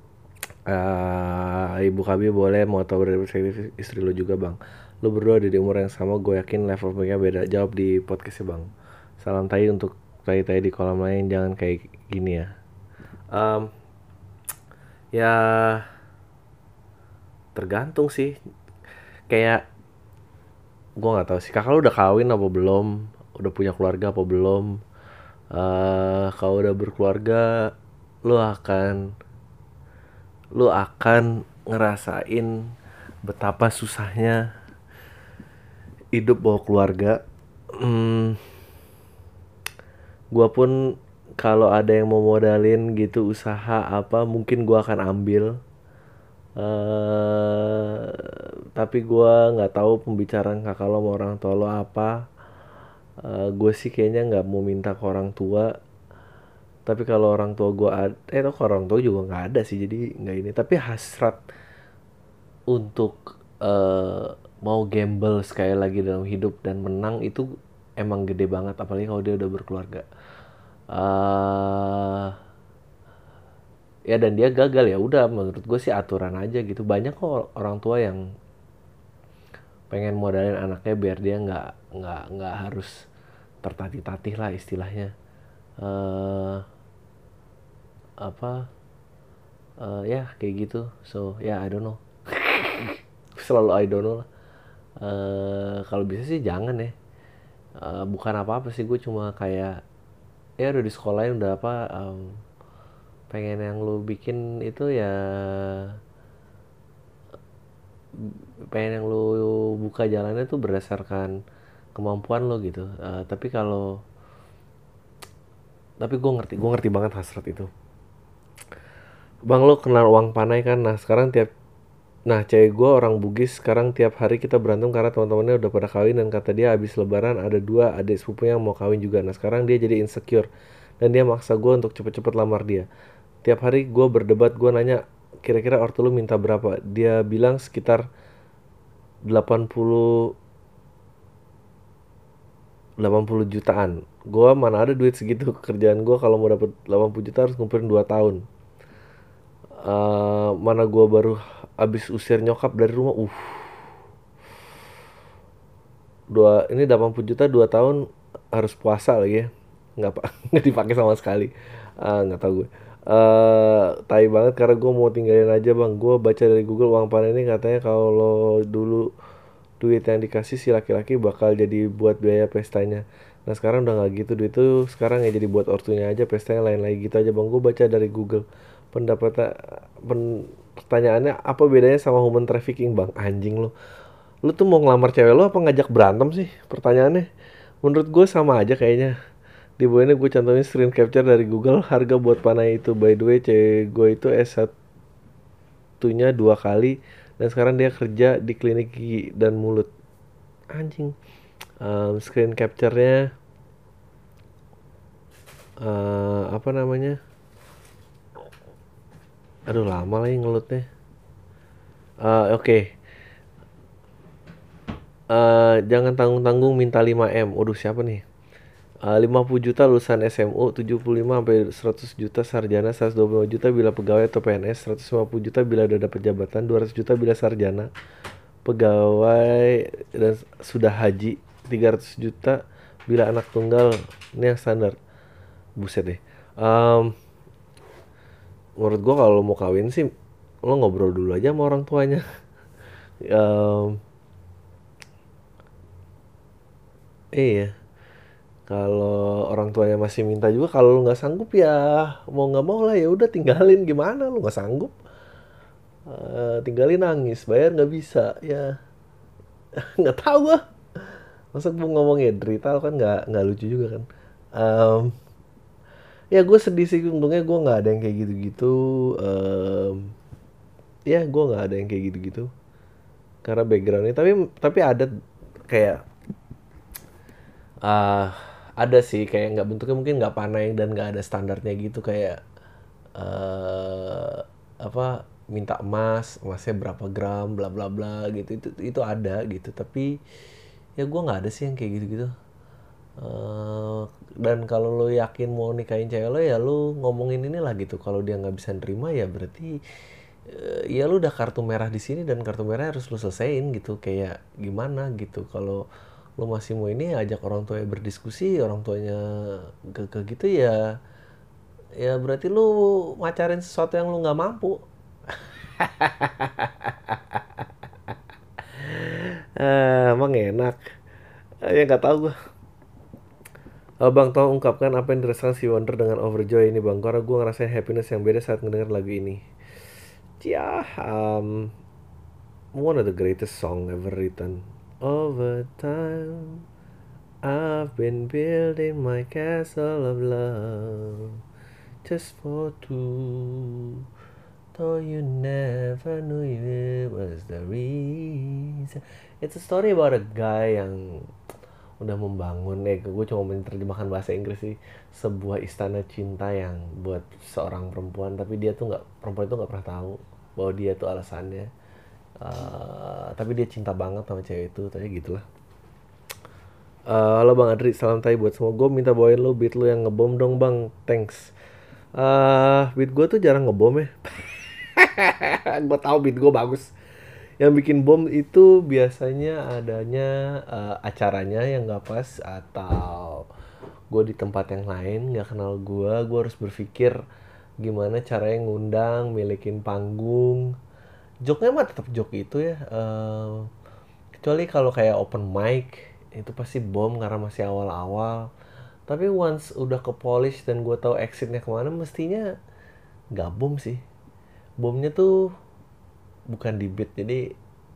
Uh, Ibu Kabi boleh mau tahu dari perspektif istri lo juga, Bang. Lo berdua ada di umur yang sama, gue yakin level pemikiran beda. Jawab di podcastnya, Bang. Salam tai untuk tai-tai di kolam lain, jangan kayak gini ya. Um, ya tergantung sih. Kayak gue nggak tahu sih. Kakak lo udah kawin apa belum? Udah punya keluarga apa belum? Uh, kalau udah berkeluarga, lo akan lu akan ngerasain betapa susahnya hidup bawa keluarga. Hmm, gua pun kalau ada yang mau modalin gitu usaha apa, mungkin gua akan ambil. Uh, tapi gua nggak tahu pembicaraan kakak lo sama orang tua lo apa. Uh, gue sih kayaknya nggak mau minta ke orang tua. Tapi kalau orang tua gue ada, eh tuh orang tua juga nggak ada sih, jadi nggak ini. Tapi hasrat untuk uh, mau gamble sekali lagi dalam hidup dan menang itu emang gede banget, apalagi kalau dia udah berkeluarga. Uh, ya dan dia gagal, ya udah, menurut gue sih aturan aja gitu. Banyak kok orang tua yang pengen modalin anaknya biar dia nggak nggak nggak harus tertatih-tatih lah istilahnya. Uh, apa uh, ya kayak gitu. So ya yeah, I don't know. Selalu I don't know lah. Uh, kalau bisa sih jangan ya. Uh, bukan apa-apa sih, gue cuma kayak ya udah di sekolahin udah apa, um, pengen yang lu bikin itu ya, pengen yang lu buka jalannya tuh berdasarkan kemampuan lo gitu. Uh, tapi kalau tapi gue ngerti gue ngerti banget hasrat itu. Bang, lo kenal uang panai kan? Nah sekarang tiap Nah, cewek gue orang Bugis, sekarang tiap hari kita berantem karena teman-temannya udah pada kawin dan kata dia habis lebaran ada dua adik sepupunya yang mau kawin juga. Nah, sekarang dia jadi insecure dan dia maksa gue untuk cepet-cepet lamar dia. Tiap hari gue berdebat, gue nanya, kira-kira ortu lu minta berapa? Dia bilang sekitar delapan puluh delapan puluh jutaan. Gue mana ada duit segitu. Kerjaan gue kalau mau dapet delapan puluh juta harus ngumpulin dua tahun. Uh, mana gue baru abis usir nyokap dari rumah. Uh. Dua ini delapan puluh juta dua tahun harus puasa lagi ya. Nggak pak nggak dipakai sama sekali. Uh, nggak tahu gue. Uh, tai banget karena gue mau tinggalin aja, Bang. Gue baca dari Google uang panen ini katanya kalau dulu duit yang dikasih si laki-laki bakal jadi buat biaya pestanya. Nah sekarang udah nggak gitu, duit itu sekarang ya jadi buat ortunya aja, pestanya lain lagi gitu aja, Bang. Gue baca dari Google. Pendapat pen, pertanyaannya apa bedanya sama human trafficking, Bang? Anjing lo. Lu tuh mau ngelamar cewek lu apa ngajak berantem sih? Pertanyaannya. Menurut gue sama aja kayaknya. Di bawah ini gue cantumin screen capture dari Google. Harga buat panai itu, by the way, cewek gue itu S satu-nya dua kali. Dan sekarang dia kerja di klinik gigi dan mulut. Anjing. um, Screen capture-nya uh, apa namanya? Aduh lama lagi ngelutnya. uh, Oke okay. uh, Jangan tanggung-tanggung minta lima M. Waduh siapa nih? uh, lima puluh juta lulusan S M U, tujuh puluh lima sampai seratus juta sarjana, seratus dua puluh lima juta bila pegawai atau P N S, seratus lima puluh juta bila udah dapat jabatan, dua ratus juta bila sarjana pegawai dan sudah haji, tiga ratus juta bila anak tunggal. Ini yang standar. Buset deh. um, Menurut gue kalau mau kawin sih lo ngobrol dulu aja sama orang tuanya. Em, iya, kalau orang tuanya masih minta juga, kalau lu nggak sanggup ya mau nggak mau lah, ya udah tinggalin, gimana lu nggak sanggup. Eh, tinggalin nangis, bayar nggak bisa ya. Nggak tahu gua, masa gue ngomongnya derita kan nggak nggak lucu juga kan. Em, ya gue sedih sih, untungnya gue nggak ada yang kayak gitu-gitu. Em, ya gue nggak ada yang kayak gitu-gitu karena backgroundnya, tapi tapi ada kayak ah ada sih kayak nggak, bentuknya mungkin nggak panai dan nggak ada standarnya gitu, kayak eh apa, minta emas, emasnya berapa gram, bla bla bla gitu, itu itu ada gitu, tapi ya gue nggak ada sih yang kayak gitu gitu. Eh, dan kalau lo yakin mau nikahin cewek lo, ya lo ngomongin inilah gitu. Kalau dia nggak bisa nerima ya berarti eh, ya lo udah kartu merah di sini, dan kartu merah harus lo selesaiin gitu. Kayak gimana gitu. Kalau lo masih mau ini, ajak orang tuanya berdiskusi, orang tuanya ke gitu ya, ya berarti lo macarin sesuatu yang lo nggak mampu. Ah, emang enak. Ah, ya nggak tahu gue. Eh, bang, tolong ungkapkan apa yang dirasakan si Wonder dengan Overjoy ini bang, karena gue ngerasain happiness yang beda saat mendengar lagu ini. Ya, um, one of the greatest song ever written. Over time, I've been building my castle of love just for two. Though you never knew it was the reason. It's a story about a guy yang udah membangun, eh gue cuma menerjemahkan bahasa Inggris sih, sebuah istana cinta yang buat seorang perempuan, tapi dia tuh nggak, perempuan itu nggak pernah tahu bahwa dia tuh alasannya. Uh, tapi dia cinta banget sama cewek itu, tapi gitulah. Uh, halo Bang Adri, salam tay buat semua. Gue minta bawain lo beat lo yang ngebom dong bang, thanks. Uh, beat gue tuh jarang ngebom ya. Gue tahu beat gue bagus. Yang bikin bom itu biasanya adanya uh, acaranya yang nggak pas, atau gue di tempat yang lain nggak kenal gue gue harus berpikir gimana caranya ngundang, milikin panggung. Joknya mah tetap jok itu ya. Uh, kecuali kalau kayak open mic itu pasti bom karena masih awal-awal. Tapi once udah ke polish dan gue tahu exitnya kemana, mestinya nggak bom sih. Bomnya tuh bukan di beat, jadi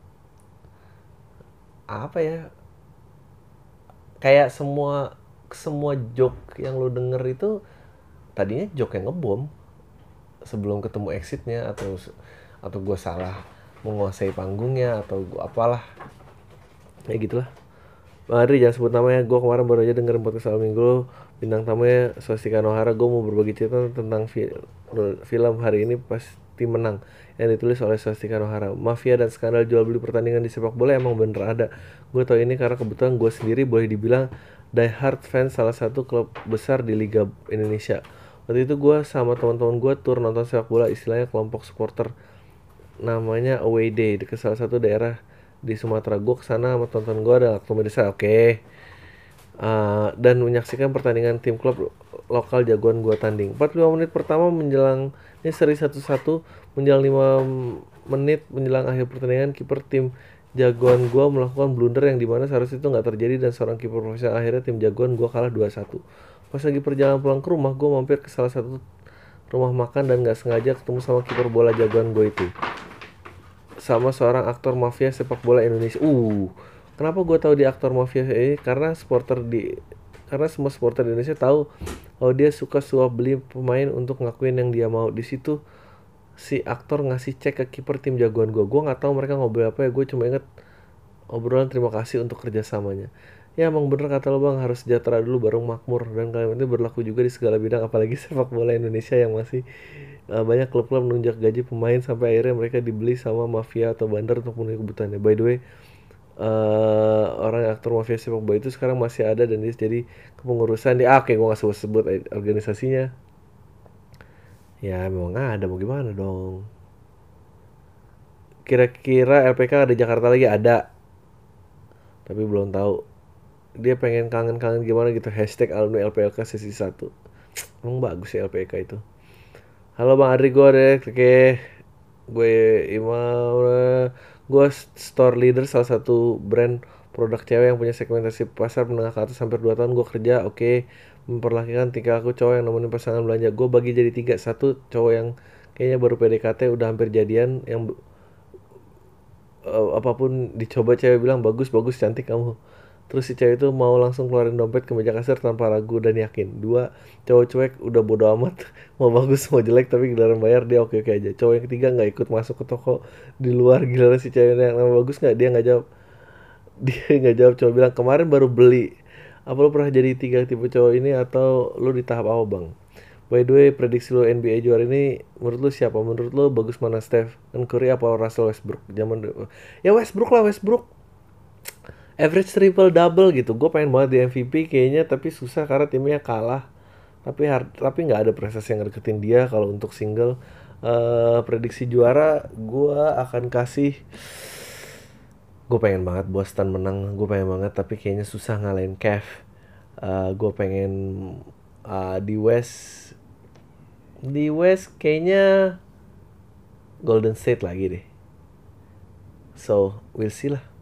apa ya, kayak semua semua joke yang lo denger itu tadinya joke yang ngebom sebelum ketemu exitnya, atau atau gue salah menguasai panggungnya, atau gua apalah, ya gitulah. Bang Adri jangan sebut namanya, gue kemarin baru aja dengerin podcast awal minggu, bintang tamunya Swastika Nohara. Gue mau berbagi cerita tentang fi- film hari ini pasti menang yang ditulis oleh Swastika Nohara. Mafia dan skandal jual beli pertandingan di sepak bola emang bener ada. Gue tau ini karena kebetulan gue sendiri boleh dibilang die hard fans salah satu klub besar di Liga Indonesia. Waktu itu gue sama teman-teman gue tur nonton sepak bola, istilahnya kelompok supporter, namanya away day di salah satu daerah di Sumatera. Gue kesana sama tonton gue ada aktor desa, oke. Okay. Uh, dan menyaksikan pertandingan tim klub lokal jagoan gue tanding. empat puluh lima menit pertama menjelang, ini seri satu satu, menjelang lima menit menjelang akhir pertandingan, kiper tim jagoan gue melakukan blunder yang dimana seharusnya itu nggak terjadi, dan seorang kiper profesional, akhirnya tim jagoan gue kalah dua satu. Pas lagi perjalanan pulang ke rumah, gue mampir ke salah satu rumah makan dan nggak sengaja ketemu sama kiper bola jagoan gue itu, sama seorang aktor mafia sepak bola Indonesia. Uh, kenapa gue tahu dia aktor mafia ini? Karena supporter di, karena semua supporter di Indonesia tahu kalau dia suka suap beli pemain untuk ngakuin yang dia mau. Di situ si aktor ngasih cek ke kiper tim jagoan gue. Gue nggak tahu mereka ngobrol apa ya. Gue cuma inget obrolan terima kasih untuk kerjasamanya. Ya emang bener kata lo bang, harus sejahtera dulu baru makmur, dan kalimat itu berlaku juga di segala bidang, apalagi sepak bola Indonesia yang masih uh, banyak klub-klub menunjuk gaji pemain sampai akhirnya mereka dibeli sama mafia atau bandar untuk memenuhi kebutuhannya. By the way, uh, orang aktor mafia sepak bola itu sekarang masih ada dan dia jadi kepengurusan di, ah, oke okay, gue gak sebut-sebut organisasinya. Ya memang ada, mau gimana dong. Kira-kira L P K ada Jakarta lagi? Ada, tapi belum tahu dia pengen kangen-kangen gimana gitu. Hashtag alumni L P L K sesi satu. Emang bagus ya L P K itu. Halo Bang Adri, gue Adek. Oke, gue Imam. Gue store leader salah satu brand produk cewek yang punya segmentasi pasar menengah ke atas hampir dua tahun gue kerja. Oke, okay. Memperlakukan tingkah aku cowok yang nemenin pasangan belanja. Gue bagi jadi tiga. Satu cowok yang kayaknya baru P D K T udah hampir jadian, yang uh, apapun dicoba cewek bilang bagus bagus cantik kamu, terus si cewek itu mau langsung keluarin dompet ke meja kasir tanpa ragu dan yakin. Dua cowok cuek udah bodo amat mau bagus mau jelek, tapi giliran bayar dia oke oke aja. Cowok yang ketiga nggak ikut masuk ke toko di luar, giliran si cewek yang nama bagus nggak, dia nggak jawab. Dia nggak jawab, cuma bilang kemarin baru beli. Apa lo pernah jadi tiga tipe cowok ini atau lo di tahap apa bang? By the way, prediksi lo N B A juara ini menurut lo siapa? Menurut lo bagus mana, Stephen Curry apa Russell Westbrook? Zaman ya Westbrook lah, Westbrook. Average triple double gitu. Gue pengen banget di M V P kayaknya, tapi susah karena timnya kalah. Tapi hard, tapi nggak ada prestasi yang deketin dia kalau untuk single. Uh, prediksi juara, gue akan kasih. Gue pengen banget Boston menang, gue pengen banget, tapi kayaknya susah ngalahin Cavs. Uh, gue pengen uh, di West, di West kayaknya Golden State lagi deh. So we'll see lah.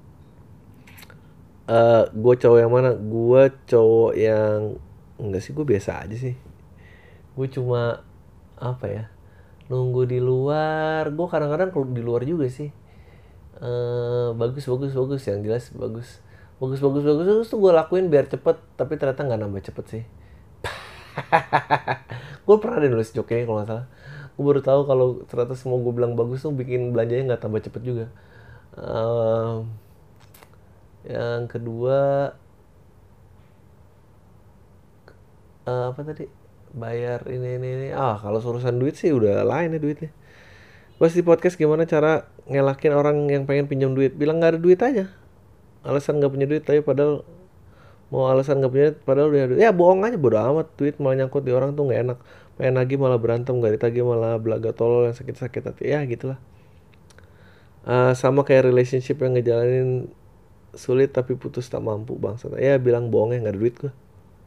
Uh, gue cowok yang mana? Gue cowok yang enggak sih, gue biasa aja sih. Gue cuma apa ya, nunggu di luar. Gue kadang-kadang kalau di luar juga sih. Uh, bagus bagus bagus yang jelas bagus bagus bagus bagus bagus tuh gue lakuin biar cepet, tapi ternyata nggak nambah cepet sih. Gue pernah deh nulis joknya kalau nggak salah. Gue baru tahu kalau ternyata semua gue bilang bagus tuh bikin belanjanya nggak tambah cepet juga. Uh, yang kedua uh, apa tadi, bayar ini ini ini ah kalau urusan duit sih udah lain ya duitnya. Pas di podcast gimana cara ngelakin orang yang pengen pinjam duit? Bilang nggak ada duit aja. Alasan nggak punya duit, tapi padahal mau alasan nggak punya duit, padahal udah duit. Ya bohong aja, bodo amat. Duit malah nyangkut di orang tuh nggak enak. Pengen lagi malah berantem, nggak ditagih malah belaga tolol yang sakit-sakit hati. Ya gitulah. Uh, sama kayak relationship yang ngejalanin sulit tapi putus tak mampu bangsa. Ya bilang bohongnya nggak ada duit gua.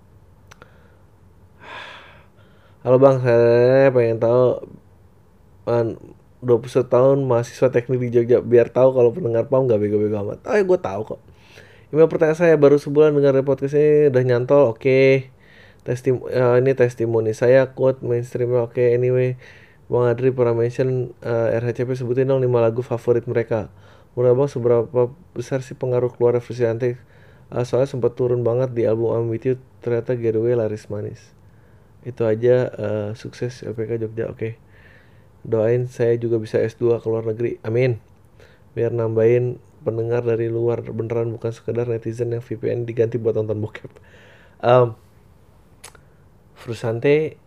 Halo bang, saya pengen tahu man, dua puluh satu tahun mahasiswa teknik di Jogja, biar tahu kalau pendengar P A M gak bego-bego amat. Oh ya gue tahu kok. Email pertanyaan saya, baru sebulan dengar podcast ini udah nyantol. Oke okay. Testim uh, ini testimoni saya, quote mainstreamnya. Oke okay. Anyway, Bang Adri pernah mention uh, R H C P, sebutin dong lima lagu favorit mereka. Menurut Bang seberapa besar sih pengaruh keluar Frusciante? Uh, soalnya sempat turun banget di album I'm With You, ternyata Getaway laris manis. Itu aja. Uh, sukses L P K Jogja. Oke okay. Doain saya juga bisa S dua ke luar negeri, amin. Biar nambahin pendengar dari luar, beneran bukan sekedar netizen yang V P N diganti buat nonton bokep. um, Frusciante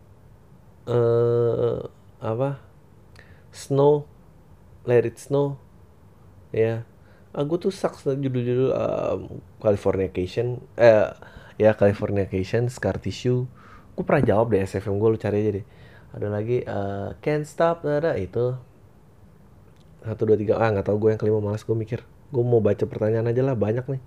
uh, apa Snow, Let It Snow ya. Aku tuh sucks judul-judul um, Californication eh ya Californication, Scar Tissue. Gue pernah jawab deh S F M gue, lu cari aja deh. Ada lagi uh, Can't Stop, ada itu satu dua tiga, ah nggak tahu gue yang kelima, malas gue mikir. Gue mau baca pertanyaan aja lah, banyak nih.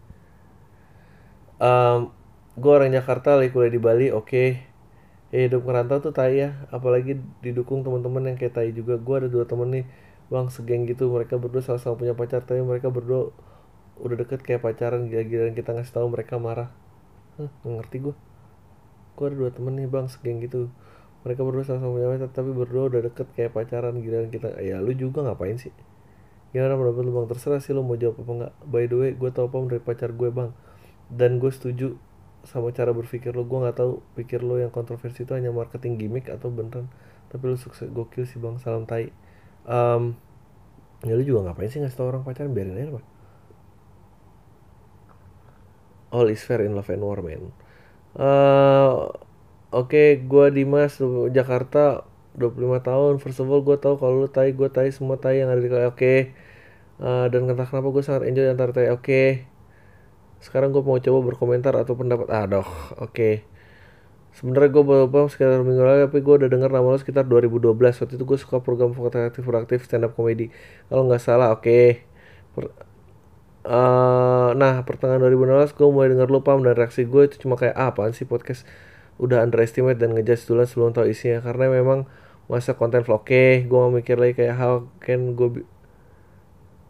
Um, gue orang Jakarta, lagi kuliah di Bali, oke. Okay. Ya hidup merantau tuh tai ya, apalagi didukung teman-teman yang kayak tai juga. Gue ada dua temen nih bang, segeng gitu. Mereka berdua sama-sama punya pacar, tapi mereka berdua udah deket kayak pacaran. Gila-gilaan kita ngasih tahu mereka marah. Huh, nggak ngerti gue. Gue ada dua temen nih bang, segeng gitu. Mereka berdua sama-sama punya pacar, tapi berdua udah deket kayak pacaran. Gila kita, ya lu juga ngapain sih? Gimana pendapat lu bang? Terserah sih lu mau jawab apa enggak. By the way, gue tau P A M dari pacar gue bang, dan gue setuju sama cara berpikir lo. Gue nggak tahu pikir lo yang kontroversi itu hanya marketing gimmick atau beneran, tapi lo sukses, gokil sih bang, salam tai. Um, ya lu juga ngapain sih ngasih tau orang pacaran, biarin aja bang. All is fair in love and war man. Uh, Oke, okay, gue Dimas, Jakarta, dua puluh lima tahun. First of all, gue tahu kalau lu tai, gue tai, semua tai yang ada di kalian. Oke. Okay. Uh, dan entah kenapa gue sangat enjoy antara tai. Oke. Okay. Sekarang gue mau coba berkomentar atau pendapat. Aduh, oke. Okay. Sebenarnya gue baru paham sekitar minggu lalu, tapi gue udah denger nama lo sekitar dua ribu dua belas. Waktu itu gue suka program fotografi proaktif stand up comedy. Kalau nggak salah, oke. Okay. Per- uh, nah, pertengahan dua ribu enam belas gue mulai denger lo P A M, dan reaksi gue itu cuma kayak ah, apaan sih podcast udah underestimate dan ngejudge duluan sebelum tahu isinya, karena memang masa konten vlog. Oke, okay, gue gak mikir lagi kayak how can gue bi-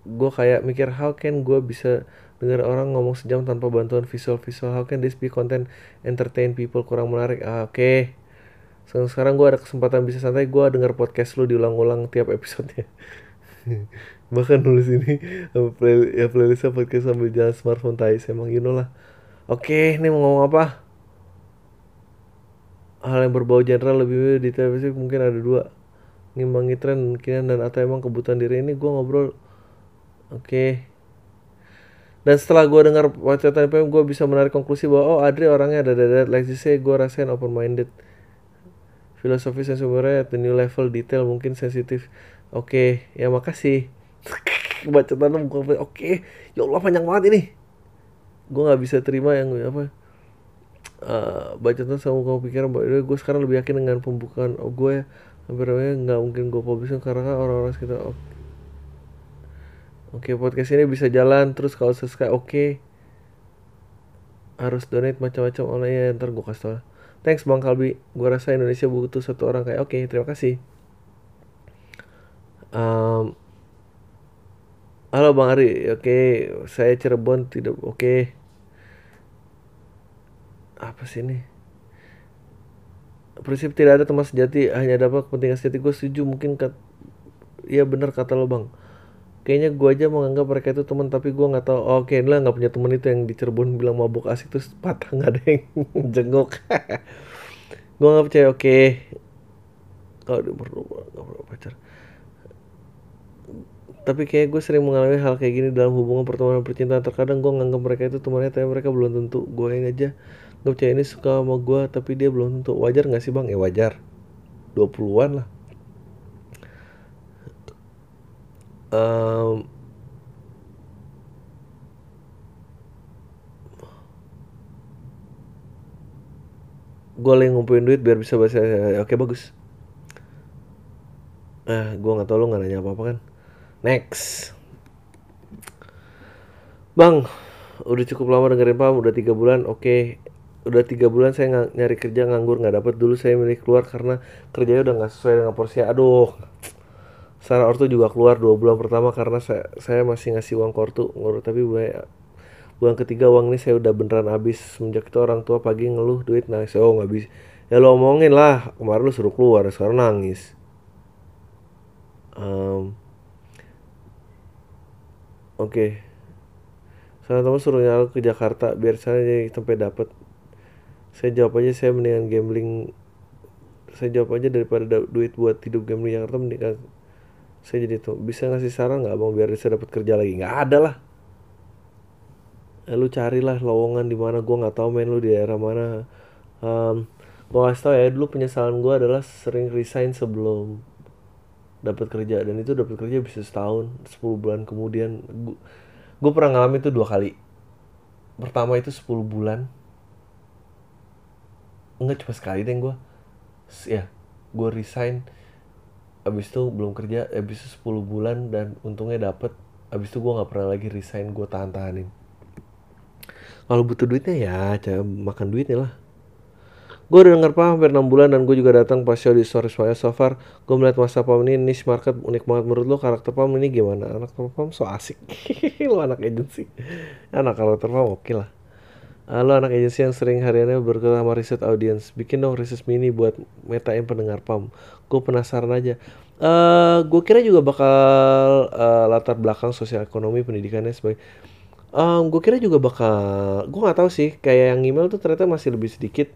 gue kayak mikir how can gue bisa dengar orang ngomong sejam tanpa bantuan visual-visual, how can this be content entertain people, kurang menarik. Ah, oke okay. Sekarang, sekarang gue ada kesempatan bisa santai, gue denger podcast lu diulang-ulang tiap episodenya. Bahkan nulis ini play, ya playlistnya podcast sambil jalan smartphone tais emang you know lah. Oke okay, ini mau ngomong apa, hal yang berbau genre lebih detail sih mungkin ada dua, ngimbangi tren kemungkinan dan atau emang kebutuhan diri. Ini gue ngobrol. Oke okay. Dan setelah gue dengar wacana P M, gue bisa menarik konklusi bahwa oh Adri orangnya ada ada like you say, gue rasain open minded, filosofis yang sumbernya at the new level, detail mungkin sensitif. Oke okay. Ya makasih. Baca tanam oke okay. Ya Allah panjang banget ini, gue nggak bisa terima yang apa uh, baca tanam sama kamu pikiran. Gue sekarang lebih yakin dengan pembukaan oh, gue hampir nggak mungkin gue publish karena orang-orang sekitar. Oke okay. Podcast ini bisa jalan terus kalau subscribe. Oke okay. Harus donate macam-macam online ya, ntar gue kasih tau. Thanks Bang Kalbi, gue rasa Indonesia butuh satu orang kayak. Oke okay, terima kasih. um, Halo Bang Ari, oke okay. Saya Cirebon tidak. Oke okay. Apa sih ini, prinsip tidak ada teman sejati, hanya dapat kepentingan sejati. Gue setuju mungkin kat... ya benar kata lo Bang, kayaknya gue aja menganggap mereka itu teman tapi gue nggak tahu. Oh, oke lah nggak punya teman itu yang di Cirebon bilang mabuk asik terus patah nggak ada yang jenguk. Gue nggak percaya. Oke okay. Kalau dia berdua nggak perlu pacar, tapi kayak gue sering mengalami hal kayak gini dalam hubungan pertemanan percintaan. Terkadang gue nganggap mereka itu temannya tapi mereka belum tentu. Gue yang aja nggak percaya ini suka sama gue tapi dia belum tentu. Wajar nggak sih Bang? Ya wajar, dua puluhan lah. um, gue lagi ngumpulin duit biar bisa bahasa. Oke bagus. Ah gue nggak tahu, lo nggak nanya apa apa kan. Next Bang, udah cukup lama dengerin Pam, udah tiga bulan. Oke okay. Udah tiga bulan saya ng- nyari kerja nganggur nggak dapet. Dulu saya milih keluar karena kerjanya udah nggak sesuai dengan porsi. Aduh, secara ortu juga keluar dua bulan pertama karena saya, saya masih ngasih uang ke ortu ngurut. Tapi bulan, bulan ketiga uang ini saya udah beneran habis. Semenjak itu orang tua pagi ngeluh duit nangis. Oh nggak bisa. Ya lo omongin lah, kemarin lu suruh keluar sekarang nangis. um, Oke okay. Sama teman suruh nyala ke Jakarta biar saya jadi sampai dapat. Saya jawab aja saya mendingan gambling. Saya jawab aja daripada da- duit buat hidup gambling Jakarta mendingan. Saya jadi tuh bisa ngasih saran nggak Bang biar saya dapat kerja lagi? Nggak ada lah. Eh, lu carilah lowongan di mana. Gue nggak tahu main lu di daerah mana. Um, gue kasih tau ya, dulu penyesalan gue adalah sering resign sebelum dapat kerja, dan itu dapat kerja bisa setahun, sepuluh bulan kemudian. Gue pernah ngalamin itu dua kali. Pertama itu sepuluh bulan, enggak cuma sekali deh gue. Ya, gue resign, abis itu belum kerja, abis itu sepuluh bulan dan untungnya dapet. Abis itu gue nggak pernah lagi resign, gue tahan-tahanin. Kalau butuh duitnya ya, cara makan duitnya lah. Gue udah denger Pam hampir enam bulan dan gue juga datang pas show di Story Smile. So far gue melihat masa Pam ini niche market unik banget. Menurut lo karakter Pam ini gimana? Anak Pam so asik. Lo anak agency, anak karakter Pam oke okay lah. Uh, lo anak agensi yang sering hariannya bergerak sama riset audience. Bikin dong riset mini buat metain pendengar Pam. Gue penasaran aja. Uh, gue kira juga bakal uh, latar belakang sosial ekonomi pendidikannya sebagai. Um, gue kira juga bakal. Gue nggak tahu sih. Kayak yang email tuh ternyata masih lebih sedikit.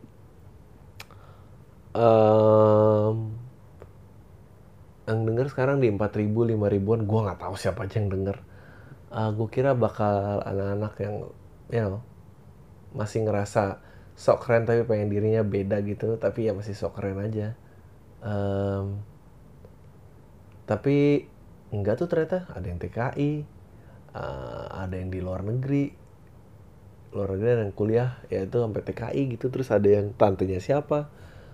Um, yang denger sekarang di empat ribu, lima ribuan. Gue nggak tahu siapa aja yang denger. Uh, gue kira bakal anak-anak yang, you know, masih ngerasa sok keren tapi pengen dirinya beda gitu, tapi ya masih sok keren aja. Um, tapi enggak tuh ternyata ada yang T K I, uh, ada yang di luar negeri, luar negeri dan kuliah yaitu sampai T K I gitu. Terus ada yang tantenya siapa.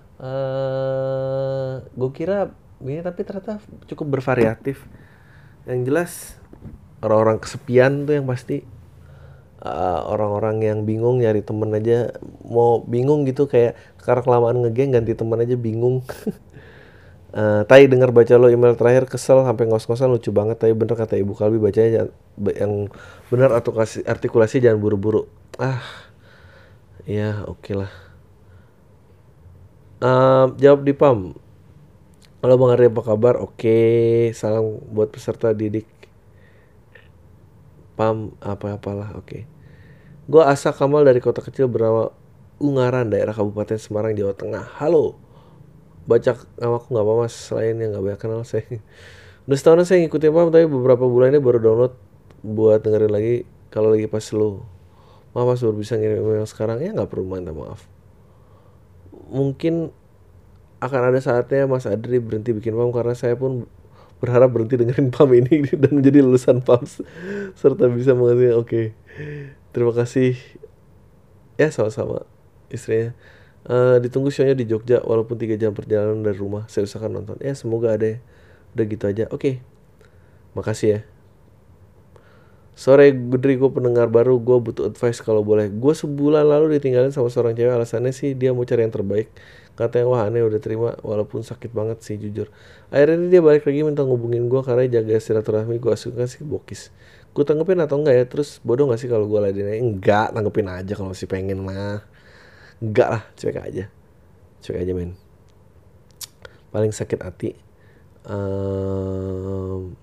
Uh, gue kira ini tapi ternyata cukup bervariatif. Yang jelas orang-orang kesepian tuh yang pasti. Uh, orang-orang yang bingung nyari temen aja mau bingung gitu, kayak karena kelamaan ngegeng ganti temen aja bingung. Eh, Tai dengar baca lo email terakhir kesel sampai ngos-ngosan lucu banget. Tai bener kata Ibu Kalbi bacanya jangan, ba- yang benar atau kasih artikulasi jangan buru-buru. Ah, ya oke lah. Eh, jawab di Pam. Halo Bang Arya apa kabar? Oke, salam buat peserta didik Pam apa-apalah. Oke. Gua Asa Kamal dari kota kecil bernama Ungaran, daerah Kabupaten Semarang, Jawa Tengah. Halo. Baca namaku nggak apa mas, selain yang nggak banyak kenal saya. Udah setahun saya ngikutin Pam, tapi beberapa bulan ini baru download buat dengerin lagi kalau lagi pas slow. Maaf mas baru bisa ngirim email sekarang, ya nggak perlu minta maaf. Mungkin akan ada saatnya Mas Adri berhenti bikin Pam karena saya pun berharap berhenti dengerin Pam ini dan menjadi lulusan Pam serta bisa mengerti. Oke, terima kasih ya, sama-sama istrinya. Eh, ditunggu show-nya di Jogja walaupun tiga jam perjalanan dari rumah. Saya usahakan nonton. Ya semoga ada ya. Udah gitu aja. Oke. Makasih ya. Sore Gudri, gue pendengar baru, gue butuh advice kalau boleh. Gue sebulan lalu ditinggalin sama seorang cewek, alasannya sih dia mau cari yang terbaik. Katanya wah aneh udah terima, walaupun sakit banget sih jujur. Akhirnya dia balik lagi minta ngubungin gue karena jaga silaturahmi. Gue asukan sih bokis. Gue tanggepin atau enggak ya? Terus bodoh gak sih kalau gue ladenin? Enggak, tanggepin aja kalau masih pengen mah. Enggak lah, cuek aja. Cuek aja men. Paling sakit hati. Um,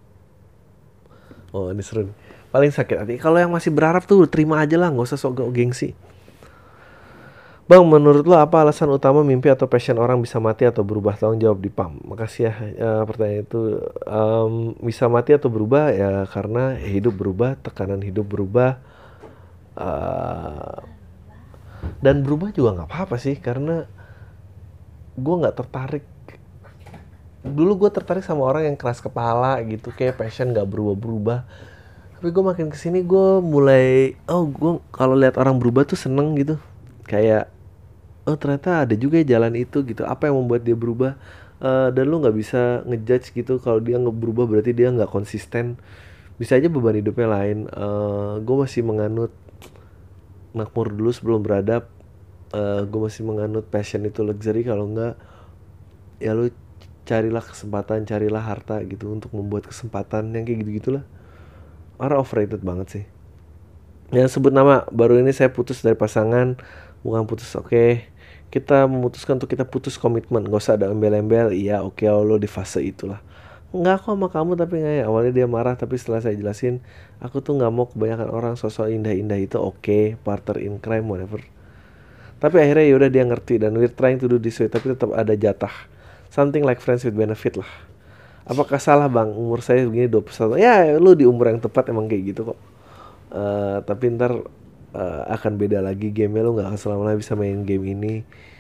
oh ini seru nih. Paling sakit hati kalau yang masih berharap tuh terima aja lah, nggak usah sok gengsi. Bang, menurut lo apa alasan utama mimpi atau passion orang bisa mati atau berubah? Tolong jawab di Pam. Makasih ya, eh, pertanyaan itu. Em, bisa mati atau berubah ya karena hidup berubah, tekanan hidup berubah, eh, dan berubah juga nggak apa-apa sih karena gue nggak tertarik. Dulu gue tertarik sama orang yang keras kepala gitu, kayak passion nggak berubah-berubah. Tapi gue makin kesini gue mulai, oh gue kalau lihat orang berubah tuh seneng gitu. Kayak oh ternyata ada juga ya jalan itu gitu. Apa yang membuat dia berubah? Eh, dan lu nggak bisa ngejudge gitu kalau dia nggak berubah berarti dia nggak konsisten. Bisa aja beban hidupnya lain. Eh, gue masih menganut makmur dulu sebelum beradab. Eh, gue masih menganut passion itu luxury. Kalau nggak ya lu carilah kesempatan, carilah harta gitu untuk membuat kesempatan yang kayak gitu gitulah. Orang overrated banget sih. Yang sebut nama, baru ini saya putus dari pasangan. Bukan putus, oke okay. Kita memutuskan untuk kita putus komitmen. Gak usah ada embel-embel. Iya oke okay, lo di fase itulah. Enggak kok sama kamu tapi nggak ya. Awalnya dia marah tapi setelah saya jelasin, aku tuh nggak mau kebanyakan orang sosok indah-indah itu. Oke okay, partner in crime whatever. Tapi akhirnya yaudah dia ngerti dan we're trying to do this way. Tapi tetap ada jatah. Something like friends with benefit lah. Apakah salah bang? Umur saya begini dua puluh satu. Ya lu di umur yang tepat emang kayak gitu kok. Uh, tapi ntar uh, akan beda lagi gamenya. Lu gak akan selama-lamanya bisa main game ini.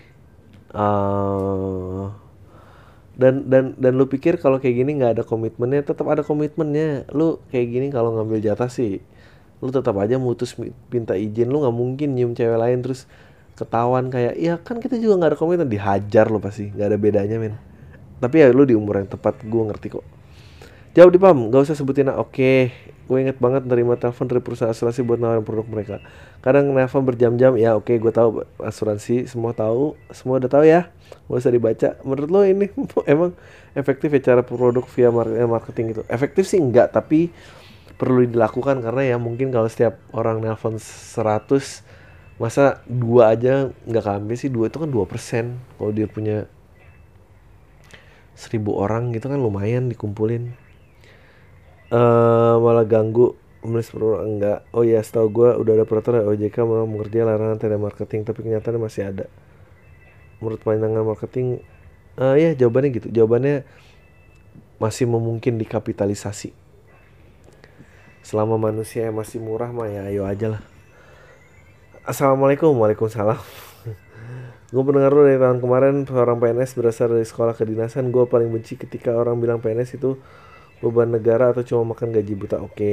uh, dan dan dan lu pikir kalau kayak gini nggak ada komitmennya? Tetap ada komitmennya. Lu kayak gini kalau ngambil jatah sih lu tetap aja mutus minta izin. Lu nggak mungkin nyium cewek lain terus ketahuan kayak ya kan kita juga nggak ada komitmen, dihajar lu pasti. Nggak ada bedanya men. Tapi ya lu di umur yang tepat, gue ngerti kok. Jawab di Pam, gak usah sebutin. Oke, gue inget banget nerima telepon dari perusahaan asuransi buat nawarin produk mereka. Kadang nelfon berjam-jam, ya oke gue tahu asuransi, semua tahu, semua udah tahu ya. Gak usah dibaca. Menurut lo ini emang efektif ya cara produk via marketing itu? Efektif sih enggak, tapi perlu dilakukan karena ya mungkin kalau setiap orang nelfon seratus, masa dua aja nggak keambil sih. Dua itu kan dua persen. Kalau dia punya seribu orang gitu kan lumayan dikumpulin. Uh, malah ganggu menulis perlu enggak. Oh ya setahu gue udah ada peraturan O J K mau mengerjakan larangan telemarketing tapi kenyataannya masih ada. Menurut pandangan marketing uh, ya jawabannya gitu. Jawabannya masih memungkin dikapitalisasi. Selama manusia masih murah mah ya ayo aja lah. Assalamualaikum. Waalaikumsalam. Gue pendengar lu dari tahun kemarin. Seorang P N S berasal dari sekolah kedinasan. Gue paling benci ketika orang bilang P N S itu beban negara atau cuma makan gaji buta. Oke okay.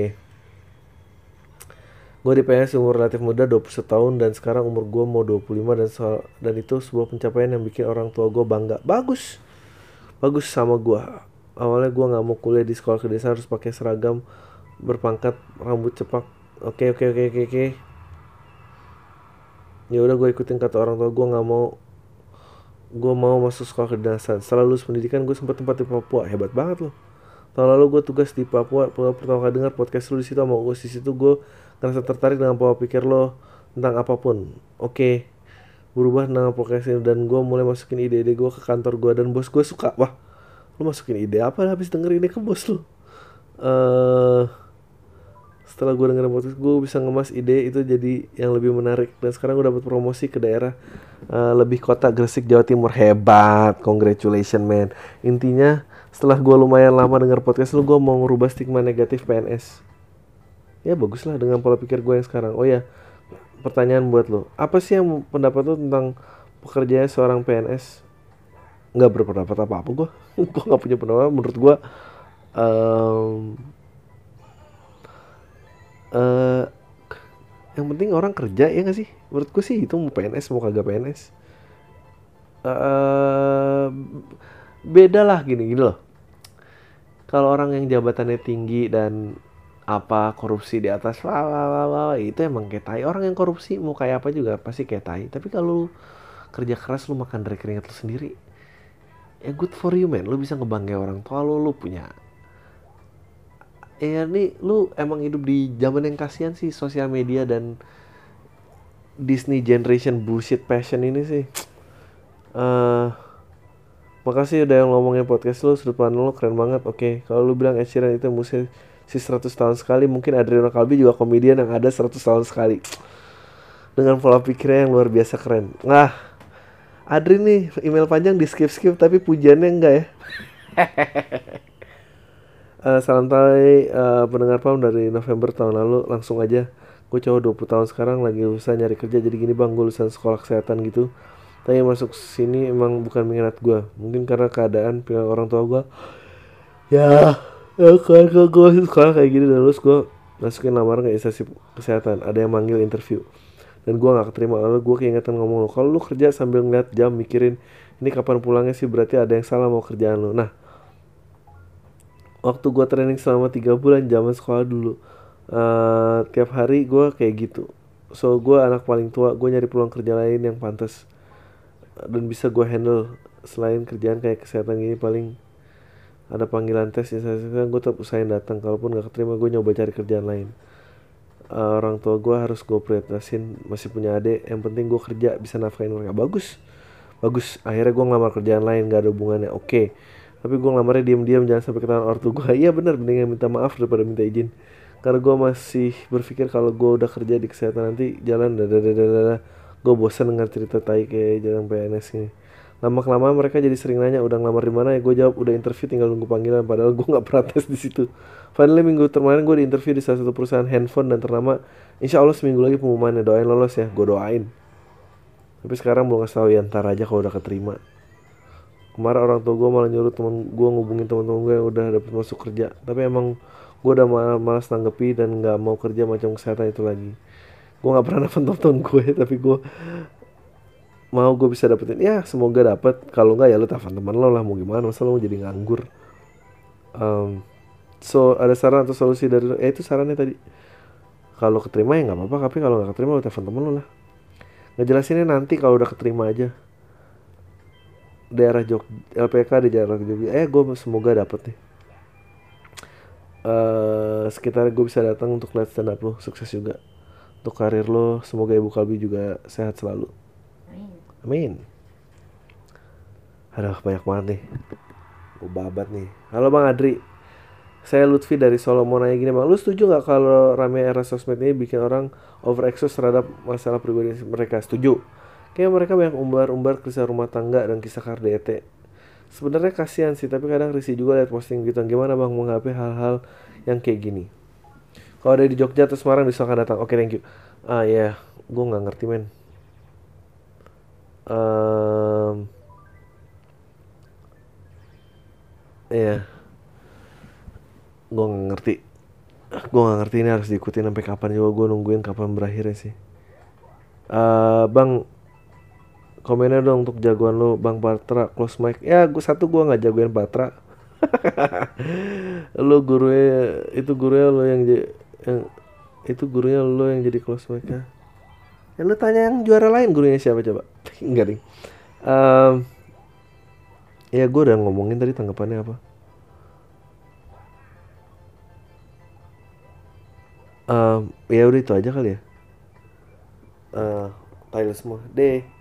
Gue di P N S umur relatif muda, dua puluh satu tahun, dan sekarang umur gue mau dua puluh lima, dan soal, dan itu sebuah pencapaian yang bikin orang tua gue bangga. Bagus. Bagus sama gue. Awalnya gue gak mau kuliah di sekolah kedinasan harus pakai seragam berpangkat rambut cepak. Oke okay, oke okay, oke okay, oke okay. Ya udah gue ikutin kata orang tua gue, nggak mau gue mau masuk sekolah kedinasan. Setelah lulus pendidikan gue sempat tempat di Papua. Hebat banget loh. Tahun lalu gue tugas di Papua. Gue pertama kali dengar podcast lu di situ sama gue. Di situ gue ngerasa tertarik dengan pola pikir lo tentang apapun. Oke, berubah tentang podcast ini dan gue mulai masukin ide-ide gue ke kantor gue dan bos gue suka. Wah, lu masukin ide apa habis denger ini ke bos lu? Eh, setelah gue dengerin podcast gue bisa ngemas ide itu jadi yang lebih menarik dan sekarang gue dapat promosi ke daerah eh, lebih kota Gresik Jawa Timur. Hebat, congratulations man. Intinya setelah gue lumayan lama denger podcast lu, gue mau ngerubah stigma negatif P N S. Ya bagus lah dengan pola pikir gue yang sekarang. Oh ya, pertanyaan buat lo, apa sih yang pendapat lo tentang pekerjaan seorang P N S? Nggak berpendapat apa-apa gue. Gue nggak punya pendapat. Menurut gue um, uh, yang penting orang kerja, ya nggak sih? Menurut gue sih itu mau P N S mau kagak P N S uh, beda lah gini gini loh. Kalau orang yang jabatannya tinggi dan apa korupsi di atas wah, wah, wah, wah, itu emang kayak tai. Orang yang korupsi mau kayak apa juga pasti kayak tai. Tapi kalau lu kerja keras, lu makan dari keringat lu sendiri, ya good for you man. Lu bisa ngebanggai orang tua lu, lu punya ya nih, lu emang hidup di zaman yang kasihan sih, sosial media dan Disney generation bullshit passion ini sih. Eh Makasih udah yang ngomongin podcast lu, sudut pandang lu keren banget. Oke, kalau lu bilang Ed Sheeran itu musisi seratus tahun sekali, mungkin Adriano Kalbi juga komedian yang ada seratus tahun sekali. Dengan pola pikirnya yang luar biasa keren. Nah, Adri nih email panjang di skip-skip tapi pujiannya enggak ya. uh, Salam tai uh, pendengar Pam dari November tahun lalu. Langsung aja, gue cowok dua puluh tahun sekarang lagi usaha nyari kerja. Jadi gini bang, gue lulusan sekolah kesehatan gitu. Tapi masuk sini emang bukan minat gue. Mungkin karena keadaan pilihan orang tua gue. Ya, ya kan gue sekolah kayak gini dan lulus gue masukin lamaran ke instansi kesehatan. Ada yang manggil interview dan gue nggak keterima. Lalu gue keingetan ngomong lo, kalau lu kerja sambil ngeliat jam mikirin ini kapan pulangnya sih, berarti ada yang salah mau kerjaan lo. Nah, waktu gue training selama tiga bulan zaman sekolah dulu, uh, tiap hari gue kayak gitu. So gue anak paling tua, gue nyari peluang kerja lain yang pantas dan bisa gue handle selain kerjaan kayak kesehatan gini. Paling ada panggilan tes ya, gue tetap usahain datang. Kalaupun gak keterima, gue nyoba cari kerjaan lain. uh, orang tua gue harus gue prioritasin, masih punya adik, yang penting gue kerja bisa nafkahin mereka. Bagus bagus akhirnya gue ngelamar kerjaan lain, gak ada hubungannya. Oke, okay. Tapi gue ngelamarnya diam-diam, jangan sampai ketahuan ortu gue. Iya benar, mendingan minta maaf daripada minta izin. Karena gue masih berpikir kalau gue udah kerja di kesehatan nanti jalan dadadadadada. Gue bosan dengar cerita tai kayak jalan P N S ini. Lama-kelamaan mereka jadi sering nanya udah ngelamar di mana ya, gue jawab udah interview tinggal nunggu panggilan, padahal gue nggak pernah tes di situ. Finally minggu kemarin gue di interview di salah satu perusahaan handphone dan ternama. Insya Allah seminggu lagi pengumumannya, doain lolos ya. Gue doain. Tapi sekarang belum ngasih tahu ya, ntar aja kalau udah keterima. Kemarin orang tua gue malah nyuruh temen gue ngubungin temen-temen gue yang udah dapet masuk kerja. Tapi emang gue udah mal- malas nanggepi dan nggak mau kerja macam kesehatan itu lagi. Gue nggak pernah nelfon temen gue, tapi gue mau gue bisa dapetin. Ya semoga dapet. Kalau nggak ya lo telepon teman lo lah, mau gimana, masa lo mau jadi nganggur. um, So ada saran atau solusi dari lo? Eh itu sarannya tadi. Kalau keterima ya nggak apa-apa, tapi kalau nggak keterima lo telepon temen lo lah. Ngejelasinnya nanti kalau udah keterima aja. Daerah Jog L P K di daerah Jogja. Eh gue semoga dapet nih. Uh, sekitar gue bisa datang untuk lihat stand up lo. Sukses juga untuk karir lo. Semoga Ibu Kalbi juga sehat selalu. Amin. Aduh banyak banget nih. Gue babat nih. Halo Bang Adri, saya Lutfi dari Solo. Mau nanya gini bang, lu setuju gak kalau rame era sosmed ini bikin orang overexpose terhadap masalah pribadi mereka? Setuju. Kayak mereka banyak umbar-umbar kisah rumah tangga dan kisah K D R T. Sebenarnya kasihan sih, tapi kadang risih juga lihat posting gitu. Gimana bang menghadapi hal-hal yang kayak gini? Kalau ada di Jogja atau Semarang silakan datang. Oke, okay, thank you. Ah ya, yeah. Gue nggak ngerti men. Um, ya, yeah. Gue nggak ngerti. Gue nggak ngerti ini harus diikutin sampai kapan juga. Gue nungguin kapan berakhirnya sih. Uh, bang, komennya dong untuk jagoan lo Bang Patra close mic. Ya gue satu gue nggak jagoin Patra. Lo gurunya itu gurunya lo yang, yang itu gurunya lo yang jadi close mic ya. Ya lo tanya yang juara lain gurunya siapa coba? Enggak ding. Um, Ya gue udah ngomongin tadi tanggapannya apa. Um, ya udah itu aja kali ya. Uh, Thailand semua deh.